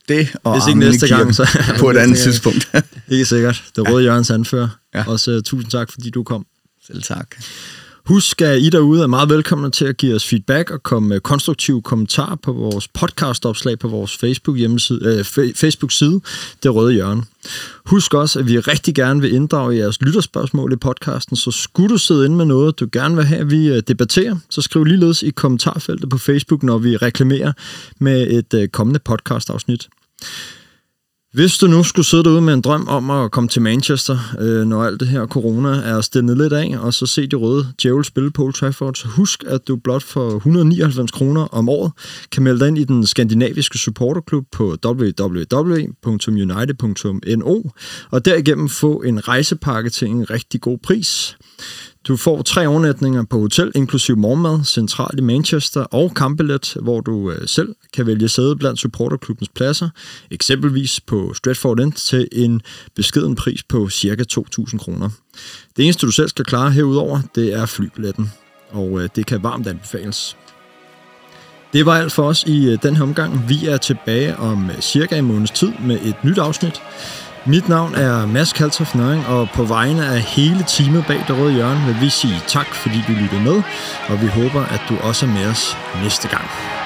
Det og hvis ikke næste gang, så på et andet tidspunkt. Ikke sikkert. Det Røde Jørgens anfører. Ja. Også tusind tak, fordi du kom. Selv tak. Husk, at I derude er meget velkomne til at give os feedback og komme med konstruktive kommentarer på vores podcastopslag på vores Facebook-side, Det Røde Hjørne. Husk også, at vi rigtig gerne vil inddrage jeres lytterspørgsmål i podcasten, så skulle du sidde inde med noget, du gerne vil have, at vi debatterer, så skriv ligeledes i kommentarfeltet på Facebook, når vi reklamerer med et kommende podcastafsnit. Hvis du nu skulle sidde derude med en drøm om at komme til Manchester, når alt det her corona er stillet lidt af, og så se de røde djævel spille på Old Trafford, så husk, at du blot for 199 kroner om året kan melde dig ind i den skandinaviske supporterklub på www.united.no, og derigennem få en rejsepakke til en rigtig god pris. Du får 3 overnatninger på hotel, inklusiv morgenmad, centralt i Manchester, og kampbillet, hvor du selv kan vælge sæde blandt supporterklubbens pladser, eksempelvis på Stratford End til en beskeden pris på ca. 2.000 kroner. Det eneste, du selv skal klare herudover, det er flybilletten, og det kan varmt anbefales. Det var alt for os i den her omgang. Vi er tilbage om cirka en måneds tid med et nyt afsnit. Mit navn er Mads Kaltoft Nøring, og på vegne af hele teamet bag Det Røde Hjørne vil vi sige tak, fordi du lyttede med, og vi håber, at du også er med os næste gang.